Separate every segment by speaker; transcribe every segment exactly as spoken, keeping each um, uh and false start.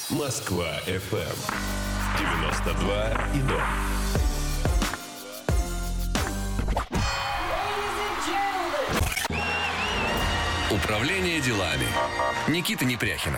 Speaker 1: Москва эф эм девяносто два и ноль. Управление делами. Никита Непряхина.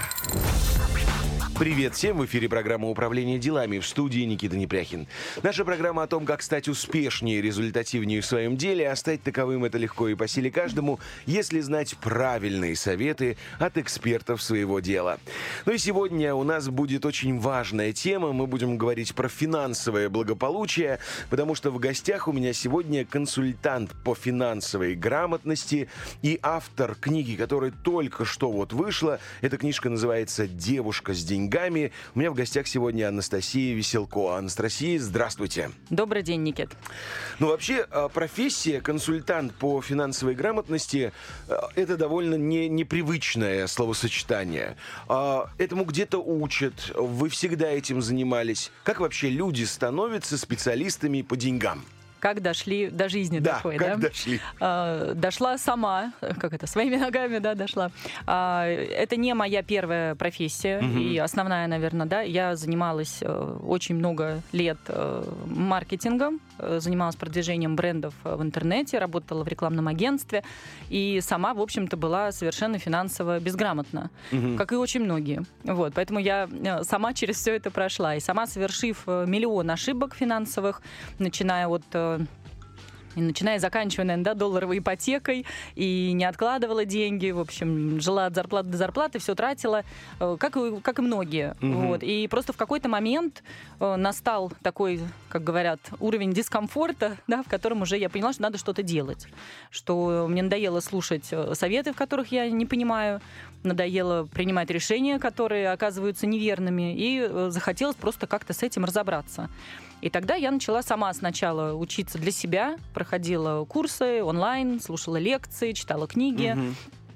Speaker 2: Привет всем! В эфире программа «Управление делами», в студии Никита Непряхин. Наша программа о том, как стать успешнее и результативнее в своем деле, а стать таковым это легко и по силе каждому, если знать правильные советы от экспертов своего дела. Ну и сегодня у нас будет очень важная тема. Мы будем говорить про финансовое благополучие, потому что в гостях у меня сегодня консультант по финансовой грамотности и автор книги, которая только что вот вышла. Эта книжка называется «Девушка с деньгами». У меня в гостях сегодня Анастасия Веселко. Анастасия, здравствуйте.
Speaker 3: Добрый день, Никит.
Speaker 2: Ну, вообще, профессия консультант по финансовой грамотности – это довольно не, непривычное словосочетание. Этому где-то учат, вы всегда этим занимались. Как вообще люди становятся специалистами по деньгам?
Speaker 3: Как дошли до жизни
Speaker 2: да,
Speaker 3: такой,
Speaker 2: как
Speaker 3: да?
Speaker 2: дошли?
Speaker 3: А, дошла сама, как это, своими ногами, да, дошла. А, это не моя первая профессия угу. и основная, наверное, да. Я занималась э, очень много лет э, маркетингом, э, занималась продвижением брендов в интернете, работала в рекламном агентстве и сама, в общем-то, была совершенно финансово безграмотна, угу. как и очень многие. Вот, поэтому я сама через все это прошла. И сама, совершив миллион ошибок финансовых, начиная от И начиная, заканчивая, наверное, да, долларовой ипотекой, и не откладывала деньги, в общем, жила от зарплаты до зарплаты, все тратила, как и, как и многие. Угу. Вот. И просто в какой-то момент настал такой, как говорят, уровень дискомфорта, да, в котором уже я поняла, что надо что-то делать, что мне надоело слушать советы, в которых я не понимаю, надоело принимать решения, которые оказываются неверными, и захотелось просто как-то с этим разобраться. И тогда я начала сама сначала учиться для себя, проходила курсы онлайн, слушала лекции, читала книги. Угу.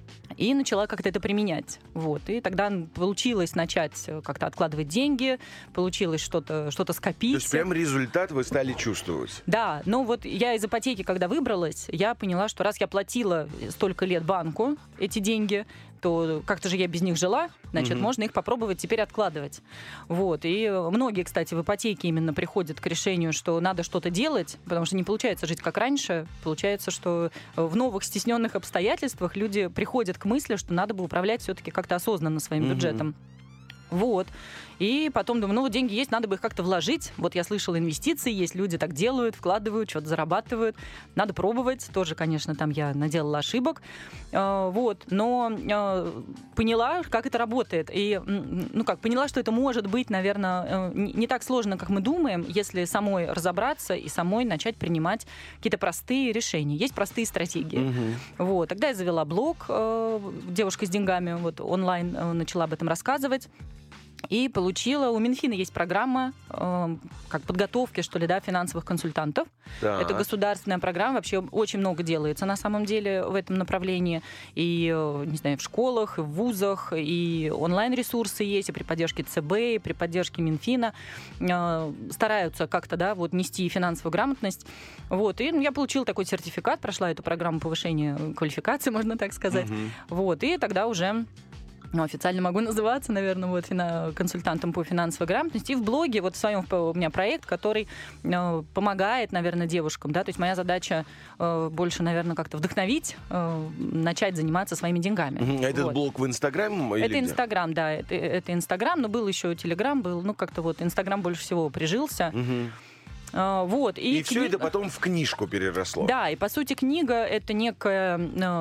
Speaker 3: И начала как-то это применять. Вот. И тогда получилось начать как-то откладывать деньги, получилось что-то, что-то скопить.
Speaker 2: То есть прям результат вы стали чувствовать?
Speaker 3: Да. Но вот я из ипотеки, когда выбралась, я поняла, что раз я платила столько лет банку эти деньги, то как-то же я без них жила, значит, mm-hmm. можно их попробовать теперь откладывать. Вот. И многие, кстати, в ипотеке именно приходят к решению, что надо что-то делать, потому что не получается жить как раньше. Получается, что в новых стесненных обстоятельствах люди приходят к мысли, что надо бы управлять все-таки как-то осознанно своим mm-hmm. бюджетом. Вот. И потом думаю, ну вот деньги есть, надо бы их как-то вложить. Вот я слышала, инвестиции есть, люди так делают, вкладывают, что-то зарабатывают. Надо пробовать. Тоже, конечно, там я наделала ошибок. Вот. Но поняла, как это работает. И, ну как, поняла, что это может быть, наверное, не так сложно, как мы думаем, если самой разобраться и самой начать принимать какие-то простые решения. Есть простые стратегии. Угу. Вот. Тогда я завела блог «Девушка с деньгами», вот онлайн начала об этом рассказывать. И получила, у Минфина есть программа э, как подготовки, что ли, да, финансовых консультантов. Да. Это государственная программа, вообще очень много делается на самом деле в этом направлении. И, не знаю, в школах, и в вузах, и онлайн-ресурсы есть, и при поддержке ЦБ, и при поддержке Минфина э, стараются как-то, да, вот нести финансовую грамотность. Вот. И я получила такой сертификат, прошла эту программу повышения квалификации, можно так сказать. Угу. Вот. И тогда уже... Ну, официально могу называться, наверное, вот, консультантом по финансовой грамотности. И в блоге, вот в своем у меня проект, который э, помогает, наверное, девушкам. Да? То есть моя задача э, больше, наверное, как-то вдохновить, э, начать заниматься своими деньгами.
Speaker 2: Uh-huh. Этот вот. Блог в Инстаграм?
Speaker 3: Это Инстаграм, да. Это, это Инстаграм, но был еще Телеграм, был, ну, как-то вот Инстаграм больше всего прижился.
Speaker 2: Uh-huh.
Speaker 3: Вот.
Speaker 2: И, и
Speaker 3: кни...
Speaker 2: все это потом в книжку переросло.
Speaker 3: Да, и по сути книга — это некое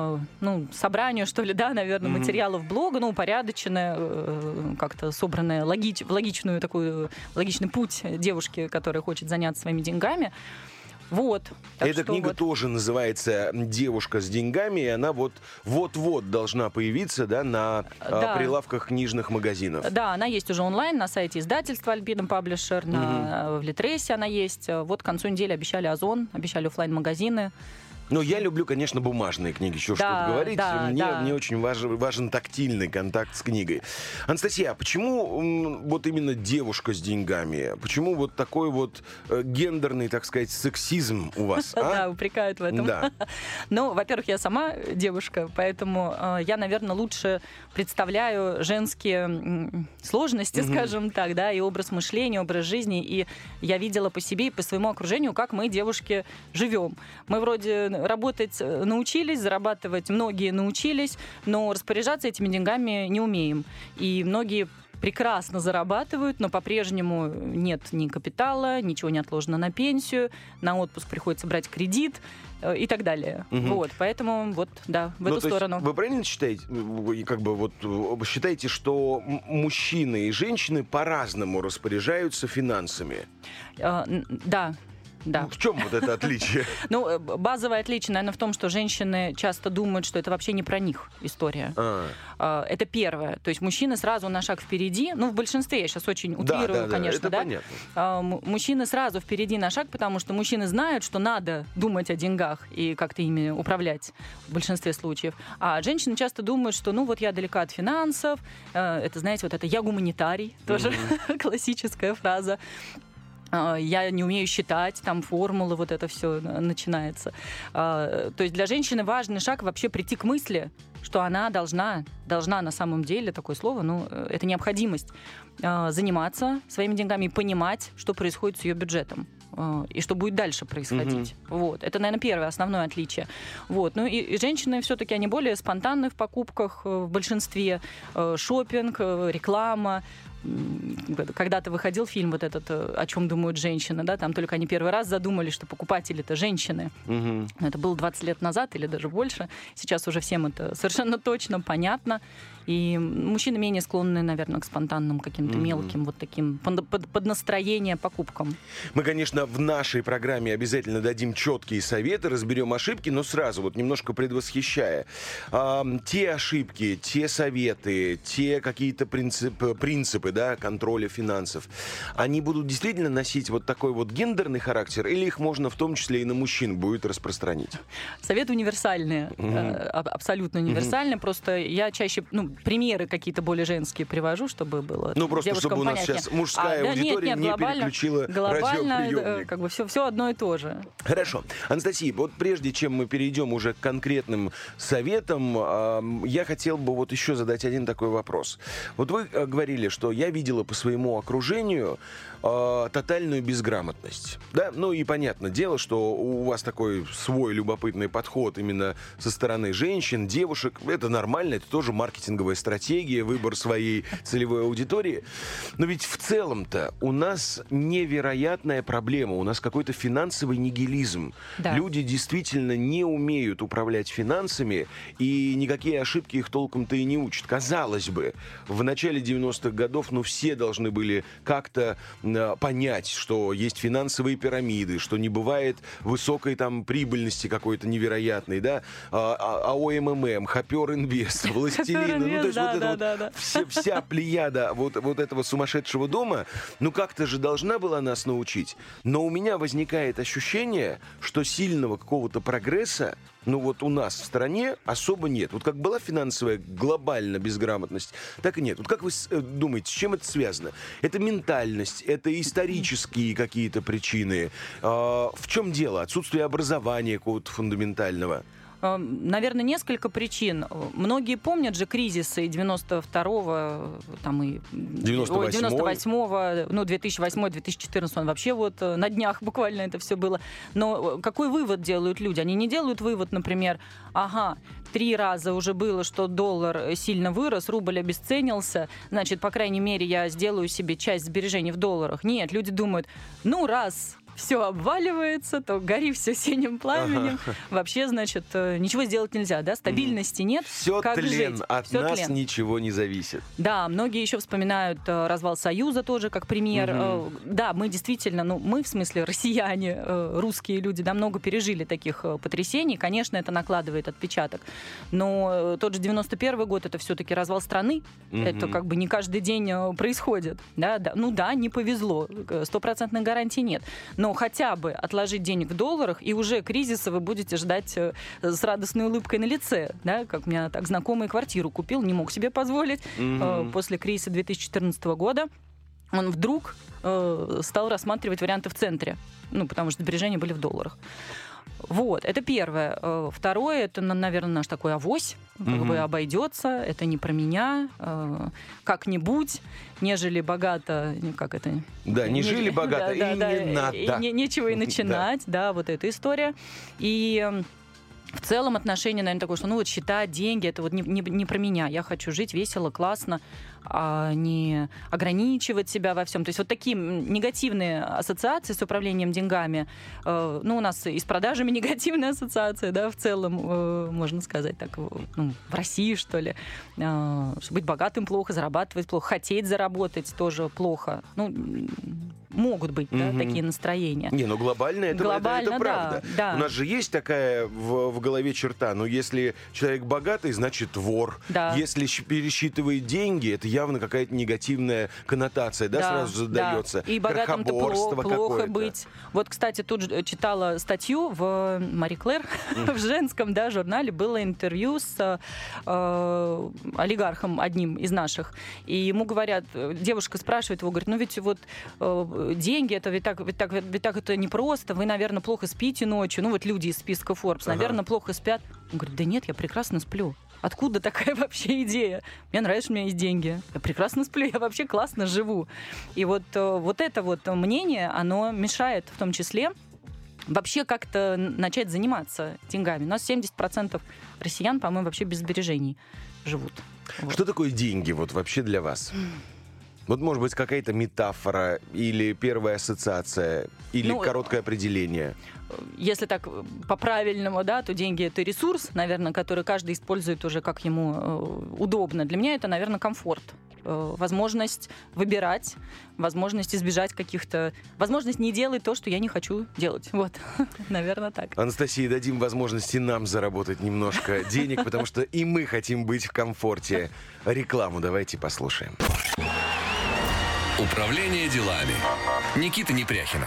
Speaker 3: ну, собрание, что ли, да, наверное, mm-hmm. материалов блога, ну, упорядоченное, как-то собранное логич... в логичную такую, логичный путь девушки, которая хочет заняться своими деньгами. Вот.
Speaker 2: Эта книга
Speaker 3: вот.
Speaker 2: тоже называется «Девушка с деньгами», и она вот вот-вот должна появиться, да, на да. прилавках книжных магазинов.
Speaker 3: Да, она есть уже онлайн на сайте издательства Альпина Паблишер, на, угу. в Литресе она есть. Вот к концу недели обещали Озон, обещали офлайн-магазины.
Speaker 2: Но я люблю, конечно, бумажные книги, еще
Speaker 3: Да,
Speaker 2: что-то говорить.
Speaker 3: да,
Speaker 2: мне,
Speaker 3: да.
Speaker 2: мне очень важен, важен тактильный контакт с книгой. Анастасия, а почему м, вот именно девушка с деньгами? Почему вот такой вот э, гендерный, так сказать, сексизм у вас? а?
Speaker 3: Да, упрекают в этом.
Speaker 2: Да.
Speaker 3: Ну, во-первых, я сама девушка, поэтому э, я, наверное, лучше представляю женские м, сложности,
Speaker 2: Мгм.
Speaker 3: скажем так, да, и образ мышления, образ жизни. И я видела по себе и по своему окружению, как мы, девушки, живем. Мы вроде работать э, научились, зарабатывать многие научились, но распоряжаться этими деньгами не умеем. И многие прекрасно зарабатывают, но по-прежнему нет ни капитала, ничего не отложено на пенсию, на отпуск приходится брать кредит э, и так далее.
Speaker 2: Мгм.
Speaker 3: Вот, поэтому вот, да, в
Speaker 2: Ну,
Speaker 3: эту
Speaker 2: то есть
Speaker 3: сторону.
Speaker 2: Вы правильно считаете, вы как бы вот э, считаете, что м- мужчины и женщины по-разному распоряжаются финансами?
Speaker 3: Э, н- Да. Да.
Speaker 2: В чем вот это отличие?
Speaker 3: Ну, э, б- базовое отличие, наверное, в том, что женщины часто думают, что это вообще не про них история.
Speaker 2: А,
Speaker 3: А, Это первое. То есть мужчины сразу на шаг впереди. Ну, в большинстве, я сейчас очень
Speaker 2: да,
Speaker 3: утрирую,
Speaker 2: да, да,
Speaker 3: конечно,
Speaker 2: это
Speaker 3: да.
Speaker 2: понятно.
Speaker 3: А, м- Мужчины сразу впереди на шаг, потому что мужчины знают, что надо думать о деньгах и как-то ими управлять в большинстве случаев. А женщины часто думают, что ну вот я далека от финансов, э, это, знаете, вот это «я гуманитарий», тоже классическая фраза. А, Я не умею считать, там формулы, вот это все начинается. А, То есть для женщины важный шаг вообще прийти к мысли, что она должна, должна на самом деле, такое слово, ну, э, это необходимость, а, заниматься своими деньгами и понимать, что происходит с ее бюджетом а, и что будет дальше происходить. Вот. Это, наверное, первое, основное отличие. Вот. Ну и, и женщины все-таки, они более спонтанны в покупках э, в большинстве. Э, Шопинг, э, реклама. М, Когда-то выходил фильм вот этот э, «О чем думают женщины», да, там только они первый раз задумались, что покупатели-то женщины.
Speaker 2: Мгм.
Speaker 3: Это было двадцать лет назад или даже больше. Сейчас уже всем это совершенно точно понятно. И мужчины менее склонны, наверное, к спонтанным каким-то
Speaker 2: Мгм.
Speaker 3: мелким вот таким под, под- под настроение покупкам.
Speaker 2: Мы, конечно, в нашей программе обязательно дадим четкие советы, разберем ошибки, но сразу, вот немножко предвосхищая. Ам, те ошибки, те советы, те какие-то принцип- принципы да, контроля финансов, они будут действительно носить вот такой вот гендерный характер, или их можно в том числе и на мужчин будет распространить?
Speaker 3: Советы универсальные,
Speaker 2: Мгм.
Speaker 3: э, аб- абсолютно универсальные. Просто я чаще, ну, примеры какие-то более женские привожу, чтобы было
Speaker 2: Ну, просто
Speaker 3: девушкам
Speaker 2: чтобы у нас
Speaker 3: понятнее.
Speaker 2: сейчас мужская
Speaker 3: А, да, нет,
Speaker 2: аудитория
Speaker 3: нет,
Speaker 2: не
Speaker 3: глобально-
Speaker 2: переключила
Speaker 3: Глобально, э,
Speaker 2: радиоприемник.
Speaker 3: как бы все, все одно и то же.
Speaker 2: Хорошо. Анастасия, вот прежде чем мы перейдем уже к конкретным советам, ам, я хотел бы вот еще задать один такой вопрос. Вот вы э, говорили, что я видела по своему окружению э, тотальную безграмотность. Да? Ну и понятное дело, что у вас такой свой любопытный подход именно со стороны женщин, девушек. Это нормально, это тоже маркетинговая стратегия, выбор своей целевой аудитории. Но ведь в целом-то у нас невероятная проблема, у нас какой-то финансовый нигилизм.
Speaker 3: Да.
Speaker 2: Люди действительно не умеют управлять финансами, и никакие ошибки их толком-то и не учат. Казалось бы, в начале девяностых годов, ну, все должны были как-то э, понять, что есть финансовые пирамиды, что не бывает высокой там прибыльности какой-то невероятной, да, а, а, АОММ, Хопер Инвест, Властелина, ну, то есть
Speaker 3: Да,
Speaker 2: вот
Speaker 3: да,
Speaker 2: это вот
Speaker 3: да, да.
Speaker 2: вся, вся плеяда вот, вот этого сумасшедшего дома, ну, как-то же должна была нас научить. Но у меня возникает ощущение, что сильного какого-то прогресса, ну, вот у нас в стране особо нет. Вот как была финансовая глобально безграмотность, так и нет. Вот как вы с- э, думаете, с чем это связано? Это ментальность, это исторические какие-то причины. А, в чем дело? Отсутствие образования какого-то фундаментального?
Speaker 3: Э, Наверное, несколько причин. Многие помнят же кризисы девяносто второго, там и
Speaker 2: девяносто
Speaker 3: ой,
Speaker 2: восьмой.
Speaker 3: девяносто восьмого, ну, две тысячи восьмой - две тысячи четырнадцатый, он вообще вот э, на днях буквально это все было. Но э, какой вывод делают люди? Они не делают вывод, например, ага, три раза уже было, что доллар сильно вырос, рубль обесценился, значит, по крайней мере, я сделаю себе часть сбережений в долларах. Нет, люди думают, ну, раз все обваливается, то гори все синим пламенем.
Speaker 2: Ага.
Speaker 3: Вообще, значит, э, ничего сделать нельзя, да? Стабильности нет.
Speaker 2: Все
Speaker 3: Как
Speaker 2: тлен,
Speaker 3: жить?
Speaker 2: от
Speaker 3: Всё
Speaker 2: нас
Speaker 3: тлен.
Speaker 2: ничего не зависит.
Speaker 3: Да, многие еще вспоминают э, развал Союза тоже как пример.
Speaker 2: Мгм.
Speaker 3: Э, да, мы действительно, ну, мы в смысле россияне, э, русские люди, да, много пережили таких э, потрясений. Конечно, это накладывает отпечаток. Но э, тот же девяносто первый год — это все-таки развал страны.
Speaker 2: Мгм.
Speaker 3: Это как бы не каждый день э, происходит. Да, да. Ну да, не повезло. Стопроцентной гарантии нет. но хотя бы отложить денег в долларах, и уже кризиса вы будете ждать э, с радостной улыбкой на лице. Да? Как у меня так знакомый квартиру купил, не мог себе позволить mm-hmm. э, после кризиса две тысячи четырнадцатого года. Он вдруг э, стал рассматривать варианты в центре, ну, потому что сбережения были в долларах. Вот, это первое. Второе, это, наверное, наш такой авось, как бы обойдется, это не про меня, как-нибудь, нежели богато, как это?
Speaker 2: Да, не, не жили богато, да, и да, не да, надо.
Speaker 3: И не, нечего и начинать, да. да, вот эта история. И в целом отношение, наверное, такое, что ну вот счета, деньги, это вот не, не, не про меня. Я хочу жить весело, классно, а не ограничивать себя во всем. То есть вот такие негативные ассоциации с управлением деньгами. Э, ну, у нас и с продажами негативная ассоциация, да, в целом, э, можно сказать так, ну, в России, что ли. Э, что быть богатым плохо, зарабатывать плохо, хотеть заработать тоже плохо. Ну, могут быть, да, mm-hmm. такие настроения.
Speaker 2: Не, ну глобально это,
Speaker 3: глобально,
Speaker 2: это, это правда.
Speaker 3: Да, да.
Speaker 2: У нас же есть такая в, в голове черта, ну если человек богатый, значит вор. Да. Если пересчитывает деньги, это явно какая-то негативная коннотация, да, да сразу задается.
Speaker 3: Да. И богатым-то плохо, плохо быть. Вот, кстати, тут читала статью в Мари Клэр, mm. в женском, да, журнале было интервью с э, олигархом одним из наших. И ему говорят, девушка спрашивает его, говорит, ну ведь вот э, деньги, это ведь так, ведь, так, ведь так это непросто, вы, наверное, плохо спите ночью. Ну вот люди из списка Forbes, ага. наверное, плохо спят. Он говорит, да нет, я прекрасно сплю. Откуда такая вообще идея? Мне нравится, что у меня есть деньги. Я прекрасно сплю, я вообще классно живу. И вот, вот это вот мнение, оно мешает в том числе вообще как-то начать заниматься деньгами. У нас семьдесят процентов россиян, по-моему, вообще без сбережений живут. Вот.
Speaker 2: Что такое деньги вот вообще для вас? Вот, может быть, какая-то метафора или первая ассоциация, или ну, короткое определение?
Speaker 3: Если так по-правильному, да, то деньги — это ресурс, наверное, который каждый использует уже как ему э, удобно. Для меня это, наверное, комфорт. Э, возможность выбирать, возможность избежать каких-то... Возможность не делать то, что я не хочу делать. Вот, наверное, так.
Speaker 2: Анастасия, дадим возможности нам заработать немножко денег, потому что и мы хотим быть в комфорте. Рекламу давайте послушаем.
Speaker 1: Управление делами. Никита Непряхина.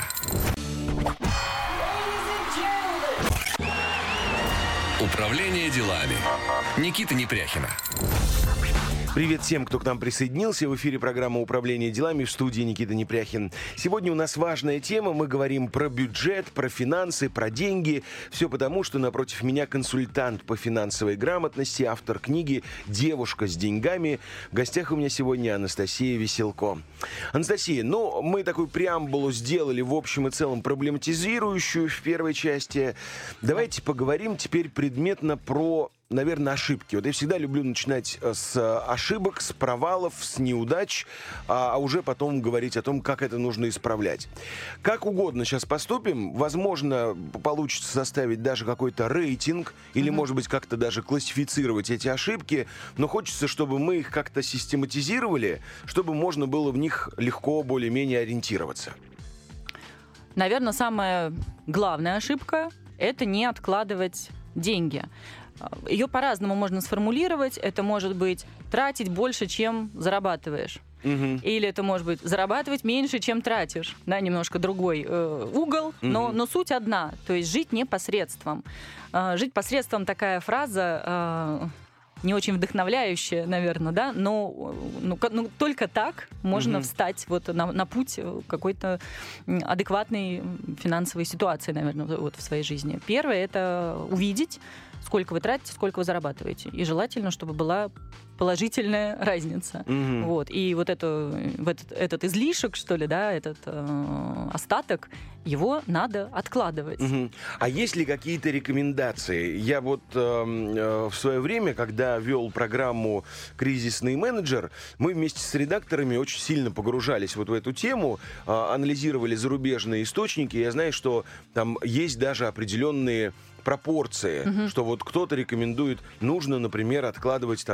Speaker 1: Управление делами. Никита Непряхина.
Speaker 2: Привет всем, кто к нам присоединился. В эфире программа «Управление делами», в студии Никита Непряхин. Сегодня у нас важная тема. Мы говорим про бюджет, про финансы, про деньги. Все потому, что напротив меня консультант по финансовой грамотности, автор книги «Девушка с деньгами». В гостях у меня сегодня Анастасия Веселко. Анастасия, ну, мы такую преамбулу сделали в общем и целом проблематизирующую в первой части. Давайте поговорим теперь предметно про... наверное, ошибки. Вот я всегда люблю начинать с ошибок, с провалов, с неудач, а уже потом говорить о том, как это нужно исправлять. Как угодно сейчас поступим. Возможно, получится составить даже какой-то рейтинг или, mm-hmm. может быть, как-то даже классифицировать эти ошибки, но хочется, чтобы мы их как-то систематизировали, чтобы можно было в них легко более-менее ориентироваться.
Speaker 3: Наверное, самая главная ошибка — это не откладывать деньги. Ее по-разному можно сформулировать. Это может быть тратить больше, чем зарабатываешь. Угу. Или это может быть зарабатывать меньше, чем тратишь. Да, немножко другой э, угол, угу. но, но суть одна. То есть жить не посредством. Э, жить посредством — такая фраза... Э, не очень вдохновляющая, наверное, да, но ну, ну, только так можно mm-hmm. встать вот на, на путь какой-то адекватной финансовой ситуации, наверное, вот в своей жизни. Первое — это увидеть, сколько вы тратите, сколько вы зарабатываете. И желательно, чтобы была положительная разница. Mm-hmm. Вот. И вот это, этот, этот излишек, что ли, да, этот э, остаток, его надо откладывать. Mm-hmm.
Speaker 2: А есть ли какие-то рекомендации? Я вот э, э, в свое время, когда вел программу «Кризисный менеджер», мы вместе с редакторами очень сильно погружались вот в эту тему, э, анализировали зарубежные источники. Я знаю, что там есть даже определенные пропорции, uh-huh. что вот кто-то рекомендует, нужно, например, откладывать там минимум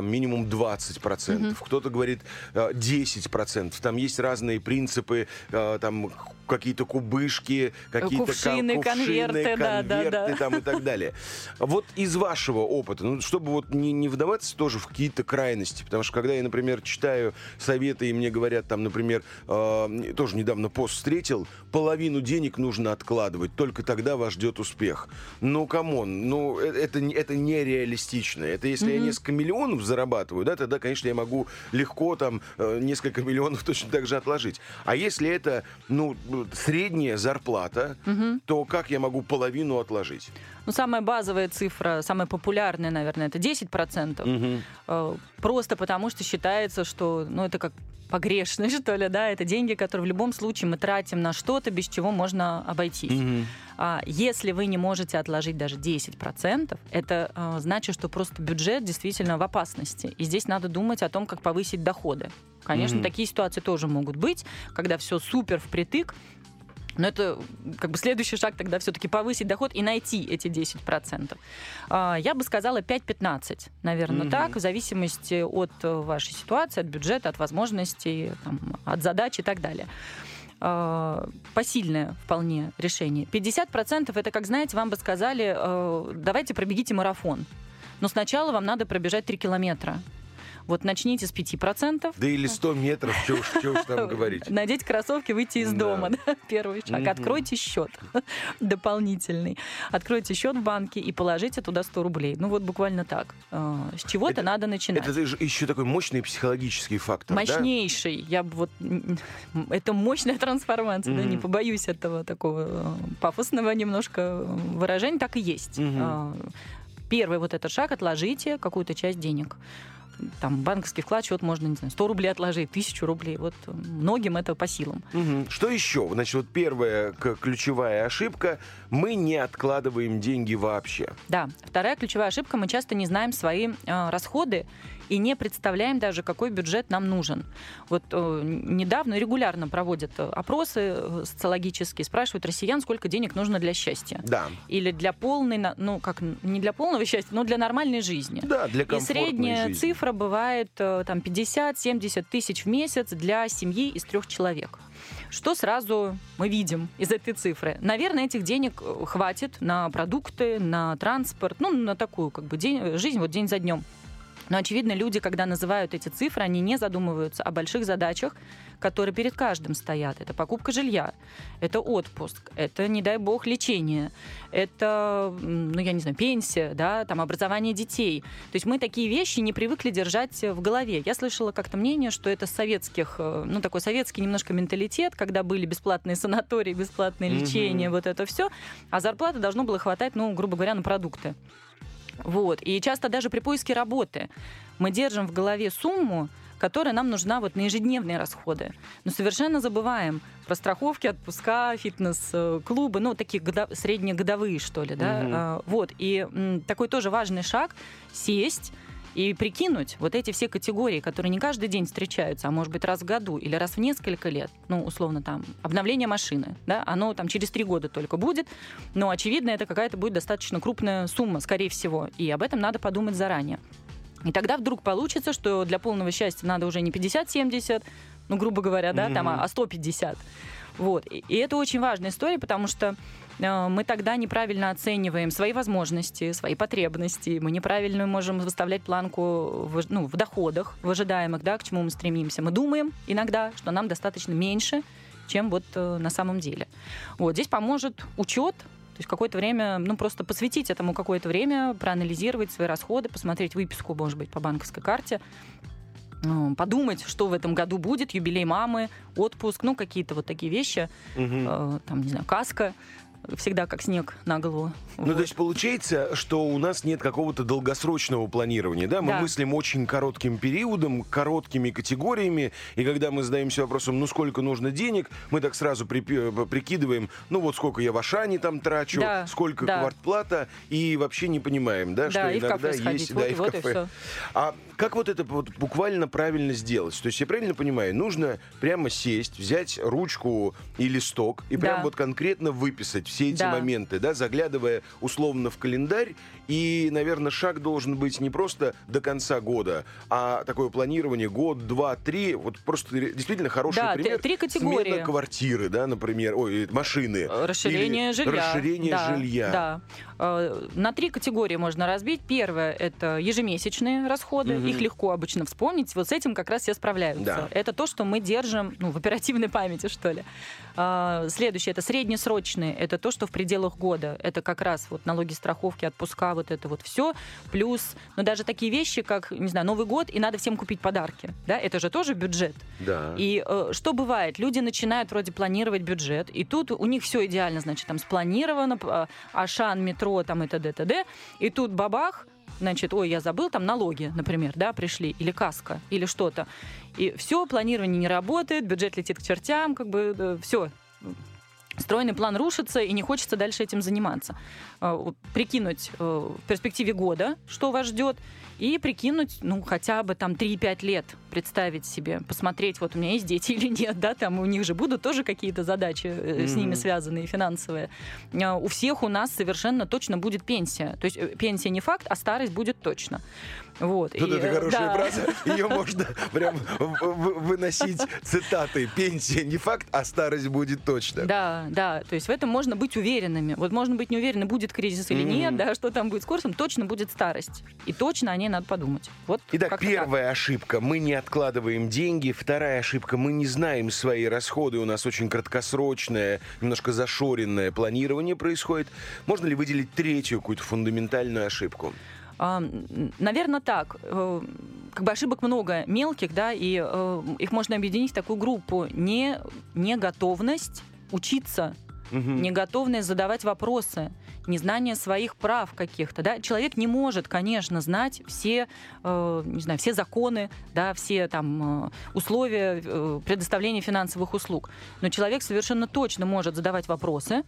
Speaker 2: двадцать процентов, mm-hmm. кто-то говорит десять процентов. Там есть разные принципы, там какие-то кубышки, какие-то
Speaker 3: кувшины,
Speaker 2: кувшины,
Speaker 3: конверты,
Speaker 2: конверты
Speaker 3: да, да, да.
Speaker 2: там и так далее. Вот из вашего опыта, ну, чтобы вот не, не вдаваться тоже в какие-то крайности, потому что когда я, например, читаю советы, и мне говорят, там, например, э, тоже недавно пост встретил, половину денег нужно откладывать, только тогда вас ждет успех. Ну, камон, ну, это, это нереалистично. Это если mm-hmm. я несколько миллионов зарабатываю, да, тогда, конечно, я могу легко там э, несколько миллионов точно так же отложить. А если это, ну, средняя зарплата, угу. то как я могу половину отложить?
Speaker 3: Ну, самая базовая цифра, самая популярная, наверное, это десять процентов. Угу. Просто потому, что считается, что, ну, это как погрешность, что ли, да, это деньги, которые в любом случае мы тратим на что-то, без чего можно обойтись. Угу. А если вы не можете отложить даже десять процентов, это а, значит, что просто бюджет действительно в опасности. И здесь надо думать о том, как повысить доходы. Конечно, mm-hmm. такие ситуации тоже могут быть, когда все супер впритык, но это как бы следующий шаг тогда все-таки повысить доход и найти эти десять процентов. Я бы сказала пять-пятнадцать, наверное, mm-hmm. так, в зависимости от вашей ситуации, от бюджета, от возможностей, там, от задач и так далее. Посильное вполне решение. пятьдесят процентов это, как знаете, вам бы сказали, давайте пробегите марафон. Но сначала вам надо пробежать три километра. Вот начните с пяти процентов.
Speaker 2: Да или сто метров, что уж, что уж там говорить.
Speaker 3: Надеть кроссовки, выйти из да. дома. Да, первый шаг. Mm-hmm. Откройте счет дополнительный. Откройте счет в банке и положите туда сто рублей. Ну вот буквально так. С чего-то это, надо начинать.
Speaker 2: Это же еще такой мощный психологический фактор,
Speaker 3: мощнейший.
Speaker 2: Да?
Speaker 3: Я бы вот... Это мощная трансформация. Mm-hmm. Да, не побоюсь этого такого пафосного немножко выражения. Так и есть. Mm-hmm. Первый вот этот шаг — отложите какую-то часть денег. Там банковский вклад, счет можно, не знаю, сто рублей отложить, тысячу рублей. Вот многим это по силам.
Speaker 2: Угу. Что еще? Значит, вот первая ключевая ошибка — мы не откладываем деньги вообще.
Speaker 3: Да. Вторая ключевая ошибка — мы часто не знаем свои э, расходы и не представляем даже, какой бюджет нам нужен. Вот э, недавно регулярно проводят опросы социологические, спрашивают россиян, сколько денег нужно для счастья.
Speaker 2: Да.
Speaker 3: Или для полной, ну как, не для полного счастья, но для нормальной жизни.
Speaker 2: Да, для комфортной
Speaker 3: жизни. И средняя
Speaker 2: жизни. Цифра
Speaker 3: бывает там пятьдесят-семьдесят тысяч в месяц для семьи из трех человек. Что сразу мы видим из этой цифры? Наверное, этих денег хватит на продукты, на транспорт, ну, на такую как бы день, жизнь вот день за днем. Но, очевидно, люди, когда называют эти цифры, они не задумываются о больших задачах, которые перед каждым стоят. Это покупка жилья, это отпуск, это, не дай бог, лечение, это, ну, я не знаю, пенсия, да, там, образование детей. То есть мы такие вещи не привыкли держать в голове. Я слышала как-то мнение, что это советских, ну, такой советский немножко менталитет, когда были бесплатные санатории, бесплатное лечение, mm-hmm. вот это все, а зарплаты должно было хватать, ну, грубо говоря, на продукты. Вот. И часто даже при поиске работы мы держим в голове сумму, которая нам нужна вот на ежедневные расходы. Но совершенно забываем про страховки, отпуска, фитнес-клубы, ну, такие годо- среднегодовые, что ли, да. Mm-hmm. А, вот. И м, такой тоже важный шаг — сесть и прикинуть вот эти все категории, которые не каждый день встречаются, а может быть раз в году или раз в несколько лет, ну, условно, там, обновление машины, да, оно там через три года только будет, но, очевидно, это какая-то будет достаточно крупная сумма, скорее всего, и об этом надо подумать заранее. И тогда вдруг получится, что для полного счастья надо уже не пятьдесят-семьдесят, ну, грубо говоря, да, mm-hmm. там, а сто пятьдесят. Вот. И это очень важная история, потому что э, мы тогда неправильно оцениваем свои возможности, свои потребности, мы неправильно можем выставлять планку в, ну, в доходах, в ожидаемых, да, к чему мы стремимся. Мы думаем иногда, что нам достаточно меньше, чем вот э, на самом деле. Вот. Здесь поможет учет. То есть какое-то время, ну, просто посвятить этому какое-то время, проанализировать свои расходы, посмотреть выписку, может быть, по банковской карте, подумать, что в этом году будет, юбилей мамы, отпуск, ну, какие-то вот такие вещи, угу. э, там, не знаю, каска, всегда как снег на голову.
Speaker 2: Ну,
Speaker 3: вот.
Speaker 2: То есть получается, что у нас нет какого-то долгосрочного планирования, да? Мы
Speaker 3: да.
Speaker 2: мыслим очень коротким периодом, короткими категориями, и когда мы задаемся вопросом, ну, сколько нужно денег, мы так сразу при, прикидываем, ну, вот сколько я в Ашане там трачу, да. сколько да. квартплата, и вообще не понимаем, да,
Speaker 3: да
Speaker 2: что
Speaker 3: и
Speaker 2: иногда
Speaker 3: в кафе
Speaker 2: есть...
Speaker 3: Сходить.
Speaker 2: Да,
Speaker 3: вот,
Speaker 2: и в
Speaker 3: вот
Speaker 2: кафе.
Speaker 3: И все.
Speaker 2: А как вот это вот буквально правильно сделать? То есть я правильно понимаю, нужно прямо сесть, взять ручку и листок, и
Speaker 3: да.
Speaker 2: прям вот конкретно выписать все эти
Speaker 3: Да.
Speaker 2: моменты, да, заглядывая условно в календарь. И, наверное, шаг должен быть не просто до конца года, а такое планирование год, два, три. Вот просто действительно хороший
Speaker 3: Да,
Speaker 2: пример.
Speaker 3: три категории.
Speaker 2: Смена квартиры, да, например, ой, машины.
Speaker 3: Расширение
Speaker 2: Или
Speaker 3: жилья.
Speaker 2: Расширение
Speaker 3: да,
Speaker 2: жилья.
Speaker 3: Да. Э, На три категории можно разбить. Первое — это ежемесячные расходы.
Speaker 2: Мгм.
Speaker 3: Их легко обычно вспомнить. Вот с этим как раз все справляются.
Speaker 2: Да.
Speaker 3: Это то, что мы держим, ну, в оперативной памяти, что ли. А, Следующее — это среднесрочные. Это то, что в пределах года. Это как раз вот налоги, страховки, отпуска, вот это вот все. Плюс, ну, даже такие вещи, как, не знаю, Новый год, и надо всем купить подарки. Да? Это же тоже бюджет.
Speaker 2: Да.
Speaker 3: И э, что бывает? Люди начинают вроде планировать бюджет, и тут у них все идеально, значит, там спланировано, э, Ашан, метро, там и т.д. т.д. И тут бабах, значит, ой, я забыл, там налоги, например, да, пришли, или каска, или что-то. И все, планирование не работает, бюджет летит к чертям, как бы э, все. Стройный план рушится, и не хочется дальше этим заниматься. Э, Прикинуть э, в перспективе года, что вас ждет, и прикинуть, ну, хотя бы там три-пять лет представить себе, посмотреть, вот у меня есть дети или нет, да, там у них же будут тоже какие-то задачи э, с ними связанные, финансовые. Э, У всех у нас совершенно точно будет пенсия. То есть э, пенсия не факт, а старость будет точно. Вот.
Speaker 2: Тут
Speaker 3: И,
Speaker 2: это
Speaker 3: э,
Speaker 2: хорошая
Speaker 3: да.
Speaker 2: фраза. Ее можно прям в- в- выносить цитатой. Пенсия не факт, а старость будет точно.
Speaker 3: Да, да, то есть в этом можно быть уверенными. Вот можно быть не уверенным, будет кризис или
Speaker 2: Мгм.
Speaker 3: нет, да, что там будет с курсом, точно будет старость. И точно о ней надо подумать. Вот
Speaker 2: Итак,
Speaker 3: как-то так.
Speaker 2: первая ошибка. Мы не откладываем деньги. Вторая ошибка. Мы не знаем свои расходы. У нас очень краткосрочное, немножко зашоренное планирование происходит. Можно ли выделить третью какую-то фундаментальную ошибку?
Speaker 3: Наверное, так. Э, Как бы ошибок много мелких, да, и э, их можно объединить в такую группу. Не, неготовность учиться,
Speaker 2: Мгм.
Speaker 3: неготовность задавать вопросы, незнание своих прав каких-то. Да? Человек не может, конечно, знать все, э, не знаю, все законы, да, все там, э, условия э, предоставления финансовых услуг. Но человек совершенно точно может задавать вопросы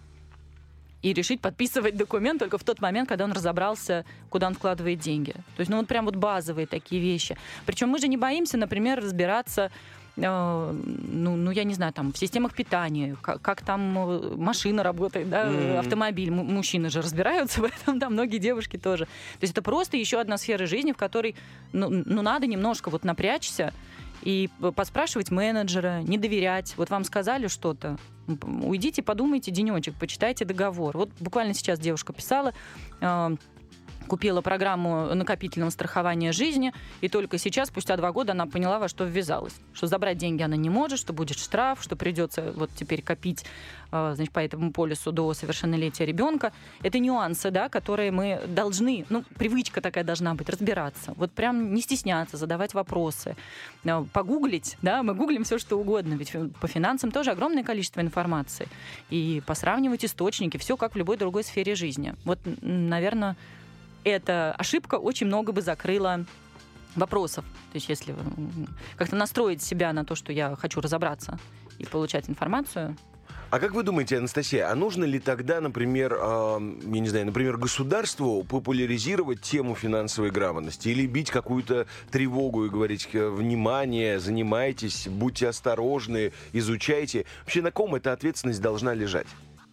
Speaker 3: и решить подписывать документ только в тот момент, когда он разобрался, куда он вкладывает деньги. То есть, ну вот прям вот базовые такие вещи. Причем мы же не боимся, например, разбираться, э, ну, ну я не знаю, там в системах питания, как, как там э, машина работает, да,
Speaker 2: Мгм.
Speaker 3: автомобиль. М- мужчины же разбираются в этом, да, многие девушки тоже. То есть это просто еще одна сфера жизни, в которой, ну, ну надо немножко вот напрячься и поспрашивать менеджера, не доверять. Вот вам сказали что-то, уйдите, подумайте денечек, почитайте договор. Вот буквально сейчас девушка писала, э, купила программу накопительного страхования жизни, и только сейчас, спустя два года, она поняла, во что ввязалась. Что забрать деньги она не может, что будет штраф, что придется вот теперь копить, э, значит, по этому полису до совершеннолетия ребенка. Это нюансы, да, которые мы должны, ну, привычка такая должна быть, разбираться. Вот прям не стесняться, задавать вопросы, э, погуглить, да, мы гуглим все, что угодно, ведь по финансам тоже огромное количество информации. И посравнивать источники, все как в любой другой сфере жизни. Вот, наверное, эта ошибка очень много бы закрыла вопросов. То есть если м, как-то настроить себя на то, что я хочу разобраться и получать информацию.
Speaker 2: А как вы думаете, Анастасия, а нужно ли тогда, например, э, я не знаю, например, государству популяризировать тему финансовой грамотности или бить какую-то тревогу и говорить: внимание, занимайтесь, будьте осторожны, изучайте? Вообще, на ком эта ответственность должна лежать?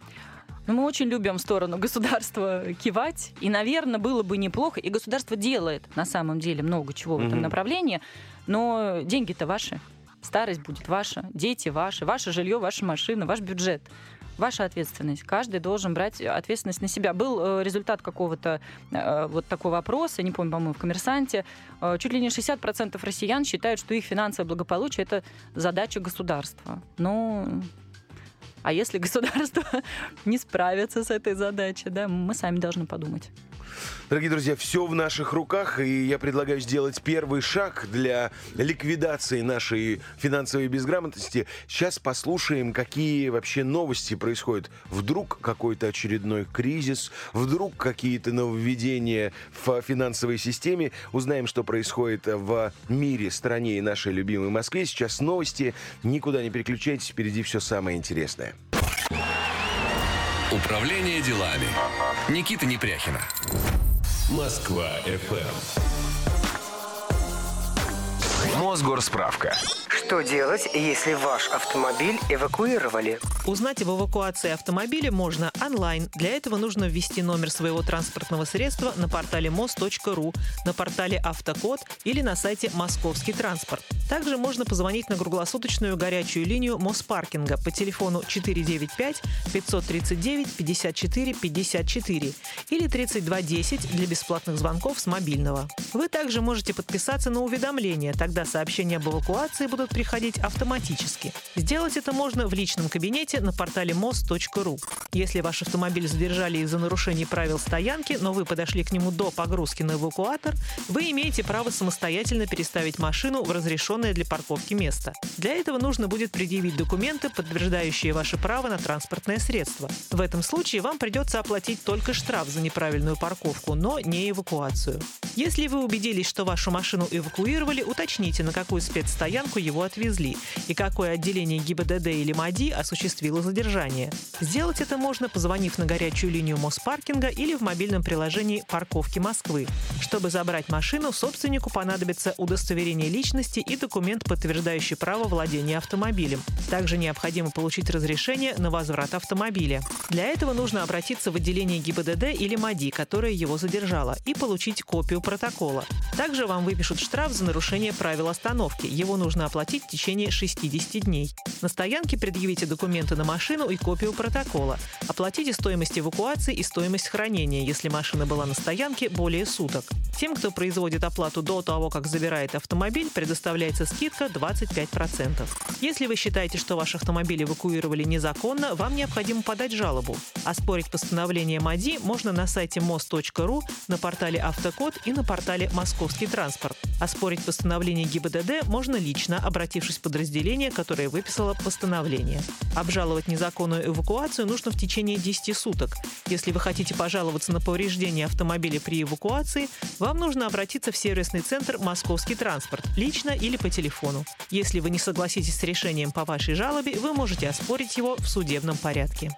Speaker 3: Но мы очень любим в сторону государства кивать, и, наверное, было бы неплохо, и государство делает на самом деле много чего в этом
Speaker 2: Мгм.
Speaker 3: направлении, но деньги-то ваши, старость будет ваша, дети ваши, ваше жилье, ваша машина, ваш бюджет. Ваша ответственность. Каждый должен брать ответственность на себя. Был э, результат какого-то э, вот такого опроса, не помню, по-моему, в «Коммерсанте». Э, чуть ли не шестьдесят процентов россиян считают, что их финансовое благополучие – это задача государства. Ну, а если государство не справится с этой задачей, да, мы сами должны подумать.
Speaker 2: Дорогие друзья, все в наших руках, и я предлагаю сделать первый шаг для ликвидации нашей финансовой безграмотности. Сейчас послушаем, какие вообще новости происходят. Вдруг какой-то очередной кризис, вдруг какие-то нововведения в финансовой системе. Узнаем, что происходит в мире, стране и нашей любимой Москве. Сейчас новости. Никуда не переключайтесь, впереди все самое интересное.
Speaker 4: Управление делами. Никита Непряхина.
Speaker 1: Москва эф эм. Мосгорсправка.
Speaker 5: Что делать, если ваш автомобиль эвакуировали?
Speaker 6: Узнать об эвакуации автомобиля можно онлайн. Для этого нужно ввести номер своего транспортного средства на портале мос точка ру, на портале «Автокод» или на сайте «Московский транспорт». Также можно позвонить на круглосуточную горячую линию Моспаркинга по телефону четыре девять пять пятьсот тридцать девять пятьдесят четыре пятьдесят четыре или тридцать два десять для бесплатных звонков с мобильного. Вы также можете подписаться на уведомления, тогда сообщения об эвакуации будут приходить автоматически. Сделать это можно в личном кабинете на портале мос точка ру. Если ваш автомобиль задержали из-за нарушений правил стоянки, но вы подошли к нему до погрузки на эвакуатор, вы имеете право самостоятельно переставить машину в разрешенное для парковки место. Для этого нужно будет предъявить документы, подтверждающие ваше право на транспортное средство. В этом случае вам придется оплатить только штраф за неправильную парковку, но не эвакуацию. Если вы убедились, что вашу машину эвакуировали, уточните, на какую спецстоянку его отвезли и какое отделение ГИБДД или МАДИ осуществило задержание. Сделать это можно, позвонив на горячую линию Моспаркинга или в мобильном приложении «Парковки Москвы». Чтобы забрать машину, собственнику понадобится удостоверение личности и документ, подтверждающий право владения автомобилем. Также необходимо получить разрешение на возврат автомобиля. Для этого нужно обратиться в отделение ГИБДД или МАДИ, которое его задержало, и получить копию протокола. Также вам выпишут штраф за нарушение правил остановки. Его нужно оплатить в течение шестидесяти дней. На стоянке предъявите документы на машину и копию протокола. Оплатите стоимость эвакуации и стоимость хранения, если машина была на стоянке более суток. Тем, кто производит оплату до того, как забирает автомобиль, предоставляется скидка двадцать пять процентов. Если вы считаете, что ваш автомобиль эвакуировали незаконно, вам необходимо подать жалобу. Оспорить постановление МАДИ можно на сайте мос точка ру, на портале «Автокод» и на портале «Московский транспорт». Оспорить постановление ГИБДД можно лично, обратившись в подразделение, которое выписало постановление. Обжаловать незаконную эвакуацию нужно в течение десяти суток. Если вы хотите пожаловаться на повреждение автомобиля при эвакуации, вам нужно обратиться в сервисный центр «Московский транспорт» лично или по телефону. Если вы не согласитесь с решением по вашей жалобе, вы можете оспорить его в судебном порядке.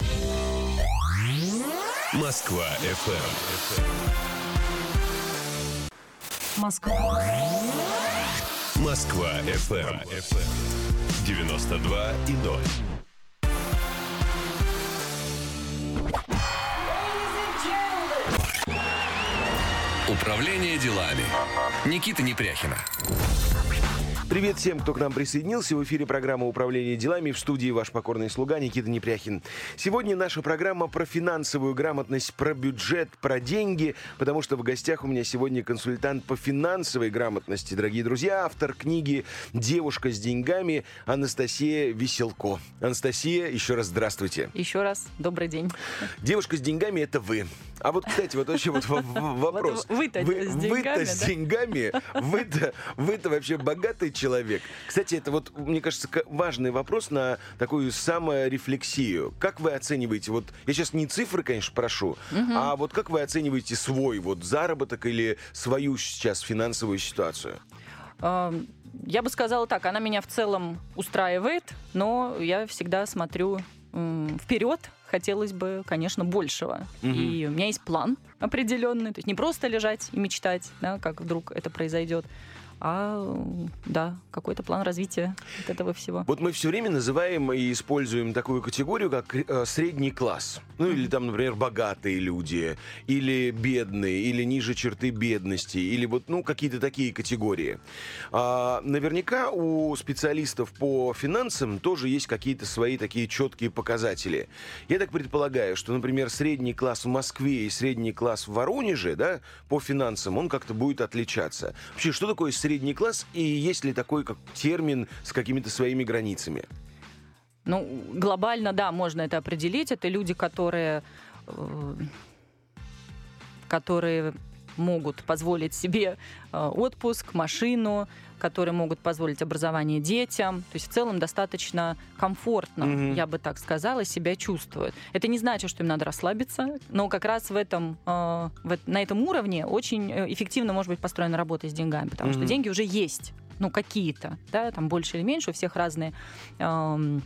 Speaker 1: Москва эф эм.
Speaker 7: Москва.
Speaker 1: Москва эф эм. девяносто два и ноль.
Speaker 4: Управление делами. Никита Непряхина.
Speaker 2: Привет всем, кто к нам присоединился. В эфире программа «Управление делами». В студии ваш покорный слуга Никита Непряхин. Сегодня наша программа про финансовую грамотность, про бюджет, про деньги, потому что в гостях у меня сегодня консультант по финансовой грамотности, дорогие друзья, автор книги «Девушка с деньгами» Анастасия Веселко. Анастасия, еще раз здравствуйте.
Speaker 3: Еще раз добрый день.
Speaker 2: Девушка с деньгами — это вы. А вот, кстати, вот вообще вот вопрос.
Speaker 3: Вы-то с деньгами,
Speaker 2: с деньгами, вы-то, вы-то вообще богатый человек. Кстати, это вот, мне кажется, важный вопрос на такую саморефлексию. Как вы оцениваете, вот, я сейчас не цифры, конечно, прошу, угу. а вот как вы оцениваете свой вот заработок или свою сейчас финансовую ситуацию?
Speaker 3: Я бы сказала так, она меня в целом устраивает, но я всегда смотрю м, вперед. Хотелось бы, конечно, большего. Угу. И у меня есть план определенный. То есть не просто лежать и мечтать, да, как вдруг это произойдет, а, да, какой-то план развития от этого всего.
Speaker 2: Вот мы все время называем и используем такую категорию, как э, средний класс. Ну, или там, например, богатые люди, или бедные, или ниже черты бедности, или вот, ну, какие-то такие категории. А, наверняка у специалистов по финансам тоже есть какие-то свои такие четкие показатели. Я так предполагаю, что, например, средний класс в Москве и средний класс в Воронеже, да, по финансам, он как-то будет отличаться. Вообще, что такое средний Средний класс, и есть ли такой как термин с какими-то своими границами?
Speaker 3: Ну, глобально, да, можно это определить. Это люди, которые, э, которые могут позволить себе э, отпуск, машину, которые могут позволить образование детям. То есть в целом достаточно комфортно, mm-hmm. я бы так сказала, себя чувствуют. Это не значит, что им надо расслабиться, но как раз в этом, э, в, на этом уровне очень эффективно может быть построена работа с деньгами, потому mm-hmm. что деньги уже есть, ну, какие-то, да, там больше или меньше, у всех разные... Э,